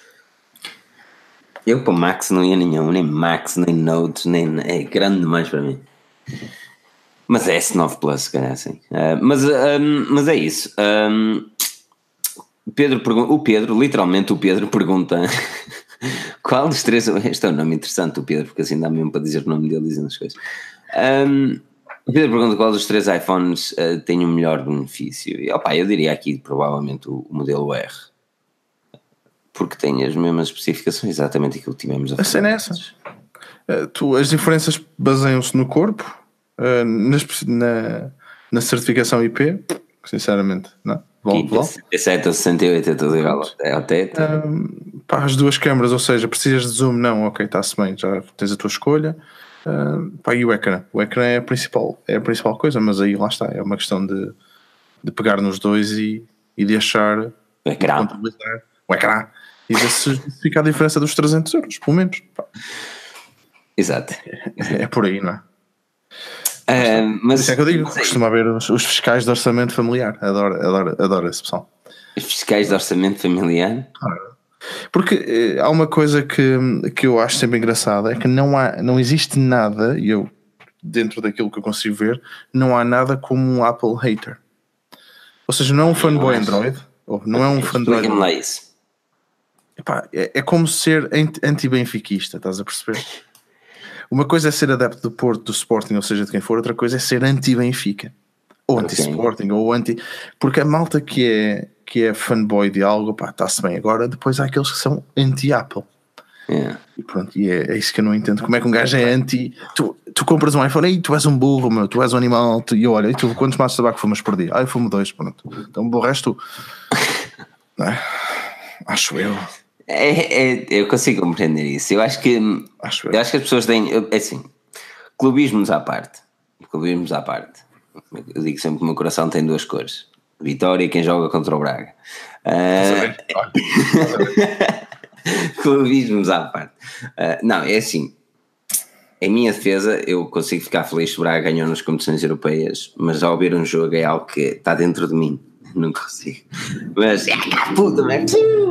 Eu para Max não ia nenhum, nem Max, nem Note, nem... É grande demais para mim. Mas é S9 Plus, se calhar, sim. Mas é isso. literalmente o Pedro pergunta qual dos três, este é um nome interessante, o Pedro, porque assim dá mesmo para dizer o nome dele dizendo as coisas. O Pedro pergunta qual dos três iPhones tem o melhor benefício. E eu diria aqui provavelmente o modelo R, porque tem as mesmas especificações, exatamente aquilo que tivemos a falar. A cena é essa. As diferenças baseiam-se no corpo, na certificação IP, sinceramente, não? 67 ou 68 é tudo igual até. As duas câmaras, ou seja, precisas de zoom, não, ok, está-se bem, já tens a tua escolha. E o ecrã é a principal coisa, mas aí lá está, é uma questão de pegar nos dois e de achar o ecrã e de se fica a diferença dos 300 euros, pelo menos. Exato. É por aí, não é? Mas isso é que eu digo, costuma haver os fiscais de orçamento familiar, adoro esse pessoal. Os fiscais de orçamento familiar? Porque há uma coisa que eu acho sempre engraçada, é que não existe nada, e eu, dentro daquilo que eu consigo ver, não há nada como um Apple hater. Ou seja, não é um fanboy Android, não é um fanboy. Explica-me lá isso. É como ser anti-benfiquista, estás a perceber? Uma coisa é ser adepto do Porto, do Sporting, ou seja, de quem for, outra coisa é ser anti-Benfica, ou anti-Sporting, ou anti... Porque a malta que é fanboy de algo, está-se bem. Agora, depois há aqueles que são anti-Apple. E pronto, é isso que eu não entendo. Como é que um gajo é anti... Tu compras um iPhone, tu és um burro, meu, tu és um animal, e olha, e tu quantos maços de tabaco fumas por dia? Eu fumo 2, pronto. Então o resto... Acho eu. Eu consigo compreender isso. Eu acho que as pessoas têm, assim, clubismos à parte. Eu digo sempre que o meu coração tem duas cores: Vitória e quem joga contra o Braga. Clubismos à parte. Não, é assim. Em minha defesa, eu consigo ficar feliz se o Braga ganhou nas competições europeias, mas ao ver um jogo é algo que está dentro de mim. Não consigo. Mas puta, man.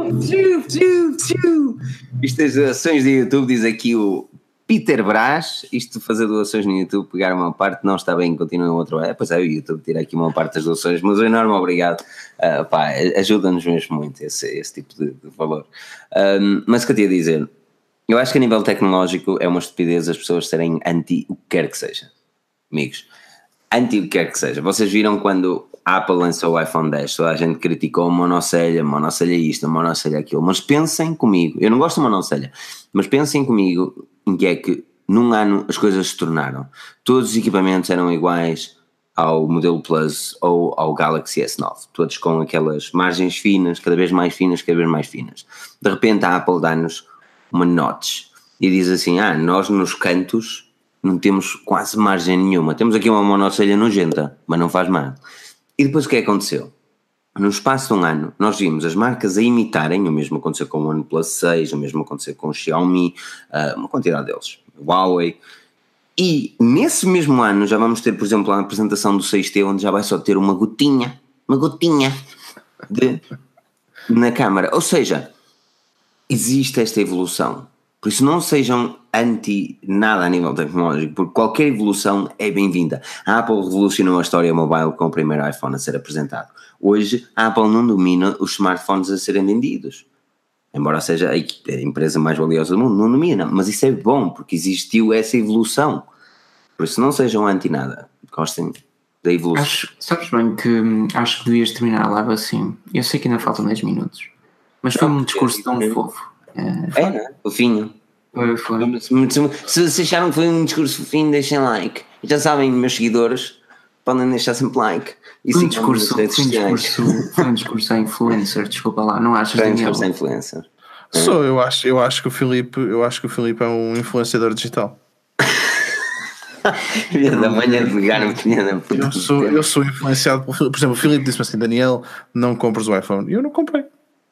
Isto as doações do YouTube, diz aqui o Peter Brás. Isto de fazer doações no YouTube, pegar uma parte não está bem, continua em outro. Pois é, o YouTube tira aqui uma parte das doações, mas um enorme obrigado. Ajuda-nos mesmo muito esse tipo de valor. Mas o que eu tinha a dizer, eu acho que a nível tecnológico é uma estupidez as pessoas serem anti o que quer que seja. Amigos, anti o que quer que seja. Vocês viram quando a Apple lançou o iPhone X, toda a gente criticou monocelha isto, monocelha aquilo, mas pensem comigo, eu não gosto de monocelha, mas pensem comigo em que é que num ano as coisas se tornaram. Todos os equipamentos eram iguais ao modelo Plus ou ao Galaxy S9, todos com aquelas margens finas, cada vez mais finas. De repente a Apple dá-nos uma notch e diz assim, nós nos cantos não temos quase margem nenhuma, temos aqui uma monocelha nojenta, mas não faz mal. E depois o que aconteceu? No espaço de um ano, nós vimos as marcas a imitarem, o mesmo aconteceu com o OnePlus 6, o mesmo aconteceu com o Xiaomi, uma quantidade deles, Huawei, e nesse mesmo ano já vamos ter, por exemplo, a apresentação do 6T, onde já vai só ter uma gotinha na câmara. Ou seja, existe esta evolução. Por isso não sejam anti nada a nível tecnológico, porque qualquer evolução é bem-vinda. A Apple revolucionou a história mobile com o primeiro iPhone a ser apresentado. Hoje a Apple não domina os smartphones a serem vendidos. Embora seja a empresa mais valiosa do mundo, não domina. Mas isso é bom, porque existiu essa evolução. Por isso não sejam anti nada. Gostem da evolução. Sabes bem que acho que devias terminar a live assim. Eu sei que ainda faltam 10 minutos. Mas foi um discurso tão fofo. Não é? Fofinho. Foi. Se acharam que foi um discurso fofinho, deixem like. E já sabem, meus seguidores podem deixar sempre like. E foi um discurso a influencer, desculpa lá, não achas? Foi um discurso a influencer. Eu acho que o Filipe é um influenciador digital. Da manhã de pegar no pequeno. Eu sou influenciado por exemplo, o Filipe disse-me assim: Daniel, não compres o iPhone. E eu não comprei.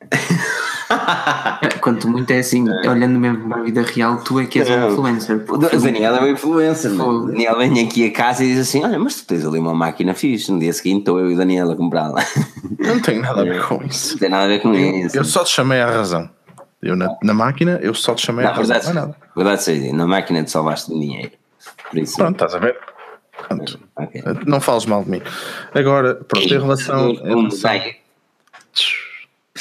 Quanto muito é assim, olhando mesmo para a vida real, tu é que és um influencer. O Daniel é um influencer, o Daniel vem aqui a casa e diz assim: olha, mas tu tens ali uma máquina fixe. No dia seguinte estou eu e o Daniel a comprá-la. Não tem nada a ver com isso. Não tem nada a ver com isso. Eu só te chamei à razão. Eu na máquina, eu só te chamei à razão. Não é nada. Verdade seja, na máquina te salvaste de dinheiro. Por isso. Pronto, estás a ver? Okay. Não fales mal de mim. Agora, pronto, em relação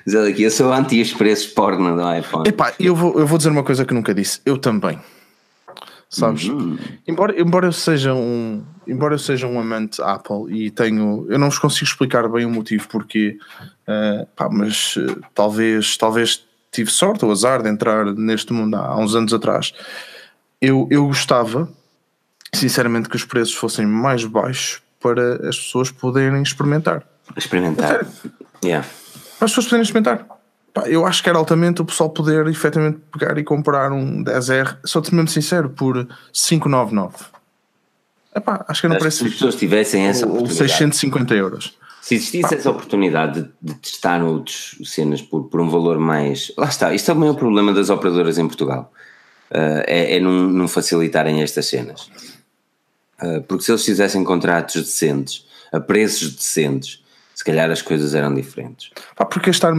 Mas olha aqui, eu sou anti os preços porno do iPhone. Epá, eu vou dizer uma coisa que nunca disse. Eu também. Sabes? Embora eu seja um amante Apple e eu não vos consigo explicar bem o motivo porque, mas talvez tive sorte ou azar de entrar neste mundo há uns anos atrás. Eu gostava, sinceramente, que os preços fossem mais baixos para as pessoas poderem experimentar. Yeah. Para as pessoas poderem experimentar. Eu acho que era altamente o pessoal poder efetivamente pegar e comprar um 10R, sou-te mesmo sincero, por 599. Acho que era um preço. Se as pessoas tivessem essa oportunidade, 650 euros. Se existisse essa oportunidade de testar outras cenas por um valor mais. Lá está, isto é o maior problema das operadoras em Portugal. É não facilitarem estas cenas. Porque se eles fizessem contratos decentes, a preços decentes, se calhar as coisas eram diferentes. Porque gastar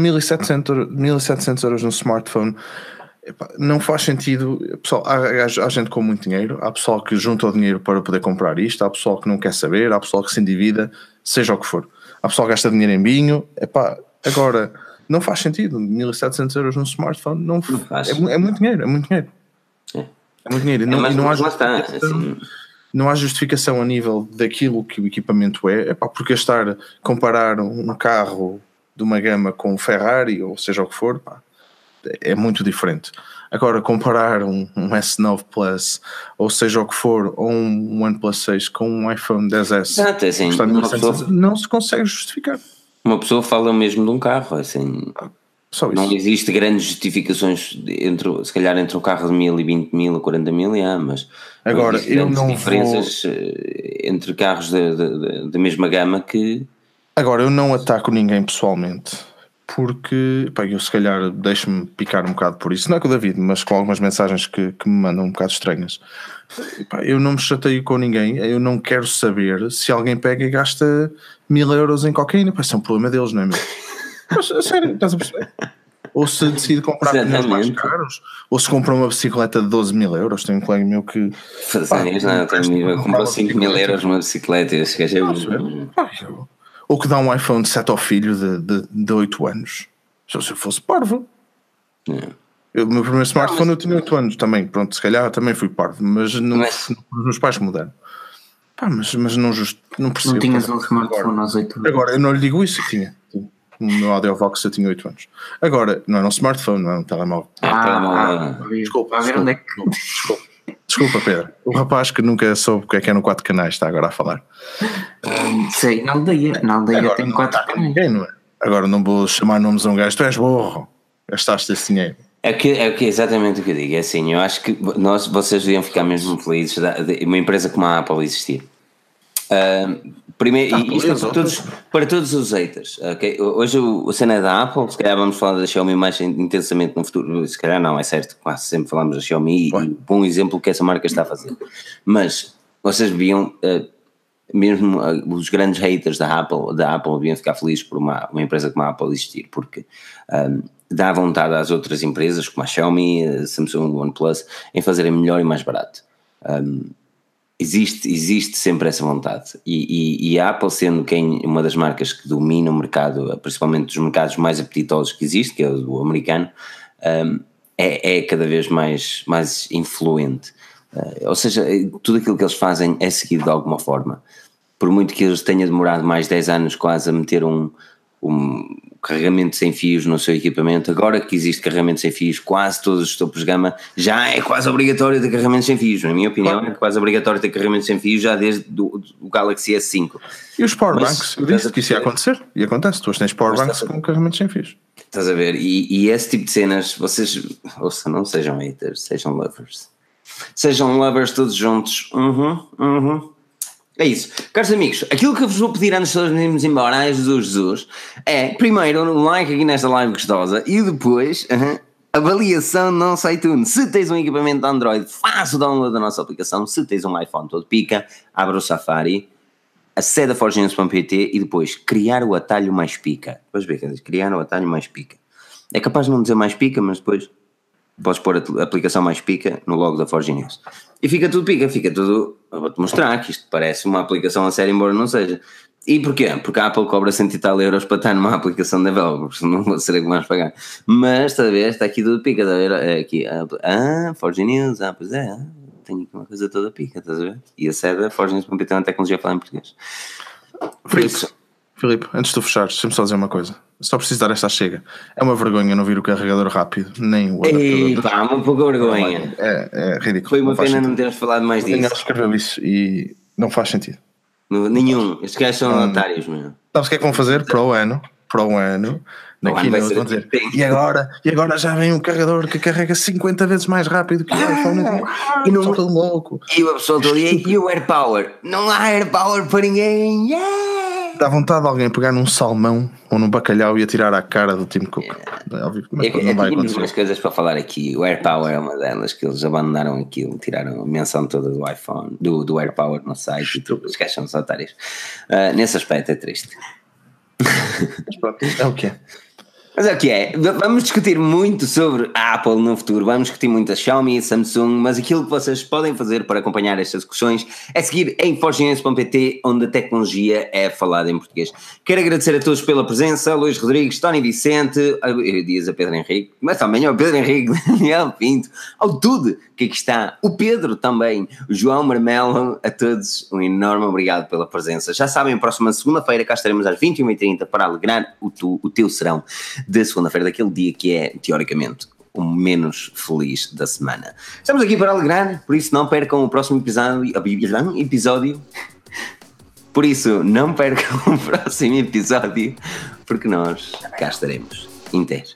1700 euros no smartphone não faz sentido. Pessoal, há gente com muito dinheiro, há pessoal que junta o dinheiro para poder comprar isto, há pessoal que não quer saber, há pessoal que se endivida, seja o que for. Há pessoal que gasta dinheiro em vinho. Agora, não faz sentido. 1700 euros no smartphone não faz. É muito dinheiro, é muito dinheiro. É muito dinheiro. Não há justificação a nível daquilo que o equipamento porque comparar um carro de uma gama com um Ferrari ou seja o que for, é muito diferente. Agora, comparar um S9 Plus ou seja o que for, ou um OnePlus 6 com um iPhone XS, assim, não se consegue justificar. Uma pessoa fala mesmo de um carro, assim. Não existe grandes justificações se calhar entre um carro de 1000 e 20 mil ou 40 mil, mas agora eu não diferenças entre carros da mesma gama que... Agora eu não ataco ninguém pessoalmente, porque eu se calhar deixo-me picar um bocado por isso, não é com o David, mas com algumas mensagens que me mandam um bocado estranhas. Eu não me chateio com ninguém, eu não quero saber se alguém pega e gasta 1000 euros em cocaína, isso é um problema deles, não é mesmo? Mas, a sério, estás a perceber? Ou se decide comprar pneus mais caros, ou se compra uma bicicleta de 12 mil euros. Tem um colega meu que comprou 5 mil euros numa bicicleta. Ou que dá um iPhone 7 ao filho de 8 anos. Se eu fosse parvo. O meu primeiro smartphone eu tinha 8 anos também. Pronto, se calhar também fui parvo, mas os meus pais que mudaram. Mas não percebo. Não tinhas um smartphone aos 8 anos. Agora, eu não lhe digo isso, tinha. No meu Audiovox eu tinha 8 anos. Agora, não é um smartphone, não é um telemóvel. Desculpa, a ver onde é que... Desculpa, Pedro. O rapaz que nunca soube o que é no 4 canais está agora a falar. Sei, na aldeia tem 4 canais. Ninguém, não é? Agora não vou chamar nomes a um gajo, tu és burro, gastaste esse dinheiro. É que exatamente o que eu digo. É assim, eu acho que vocês deviam ficar mesmo felizes de uma empresa como a Apple existir. Primeiro, isto é para todos os haters, okay? Hoje a cena da Apple, se calhar vamos falar da Xiaomi mais intensamente no futuro, se calhar não, é certo, quase sempre falamos da Xiaomi e bom exemplo que essa marca está a fazer, mas vocês deviam, mesmo os grandes haters da Apple deviam ficar felizes por uma empresa como a Apple existir, porque dá vontade às outras empresas como a Xiaomi, a Samsung, o OnePlus, em fazerem melhor e mais barato. Existe sempre essa vontade e a Apple, sendo uma das marcas que domina o mercado, principalmente dos mercados mais apetitosos que existe, que é o do americano, é cada vez mais influente, ou seja, tudo aquilo que eles fazem é seguido de alguma forma, por muito que eles tenham demorado mais 10 anos quase a meter um carregamento sem fios no seu equipamento. Agora que existe carregamento sem fios, quase todos os topos de gama já é quase obrigatório ter carregamento sem fios. Na minha opinião, é quase obrigatório ter carregamento sem fios já desde o Galaxy S5. E os powerbanks? Eu disse que isso ia acontecer e acontece. Tu tens powerbanks com carregamento sem fios. Estás a ver? E esse tipo de cenas, vocês não sejam haters, sejam lovers. Sejam lovers todos juntos. É isso. Caros amigos, aquilo que eu vos vou pedir antes de irmos embora, ai Jesus, é primeiro um like aqui nesta live gostosa e depois avaliação no nosso iTunes. Se tens um equipamento de Android, faça o download da nossa aplicação. Se tens um iPhone todo pica, abra o Safari, acede a forgenews.pt e depois criar o atalho mais pica. Depois ver, criar o atalho mais pica. É capaz de não dizer mais pica, mas depois podes pôr a aplicação mais pica no logo da Forge News. E fica tudo pica, fica tudo... Eu vou-te mostrar que isto parece uma aplicação a sério, embora não seja. E porquê? Porque a Apple cobra 100 e tal euros para estar numa aplicação de developers, não vou ser que mais pagar. Mas, estás a ver, está aqui tudo pica, estás a ver? É aqui, Forge News, pois é, tenho aqui uma coisa toda pica, estás a ver? E a sede, Forge News.pt é uma tecnologia a falar em português. Por isso... Filipe, antes de tu fechares, deixa-me só dizer uma coisa. Só preciso dar esta chega. É uma vergonha não vir o carregador rápido, nem o adaptador. Ei, pá, uma pouca vergonha. É ridículo. Foi uma pena não termos falado mais disso. Ninguém escreveu isso e não faz sentido. Nenhum. Estes gajos são otários, meu. Sabes o que é que vão fazer? Para o ano, na keynote vão dizer, e agora já vem um carregador que carrega 50 vezes mais rápido que o iPhone. E não todo louco. E o pessoal todo, e o AirPower? Não há AirPower para ninguém. Dá vontade de alguém pegar num salmão ou num bacalhau e atirar à cara do Tim Cook. É óbvio, mas não vai acontecer. Umas coisas para falar aqui. O AirPower é uma delas, que eles abandonaram aquilo, tiraram a menção toda do iPhone, do AirPower no site e tudo. Os gajos são os otários. Nesse aspecto é triste. Mas pronto, é o que é. Mas é o que é, vamos discutir muito sobre a Apple no futuro, vamos discutir muito a Xiaomi, a Samsung, mas aquilo que vocês podem fazer para acompanhar estas discussões é seguir em forgenews.pt, onde a tecnologia é falada em português. Quero agradecer a todos pela presença, Luís Rodrigues, Tony Vicente, a Pedro Henrique, mas também ao Pedro Henrique, Daniel Pinto, ao Tude, que aqui está, o Pedro também, o João Marmelo, a todos um enorme obrigado pela presença. Já sabem, próxima segunda-feira cá estaremos às 21h30 para alegrar o teu serão da segunda-feira, daquele dia que é, teoricamente, o menos feliz da semana. Estamos aqui para alegrar, por isso não percam o próximo episódio. Por isso, não percam o próximo episódio, porque nós cá estaremos inteiros.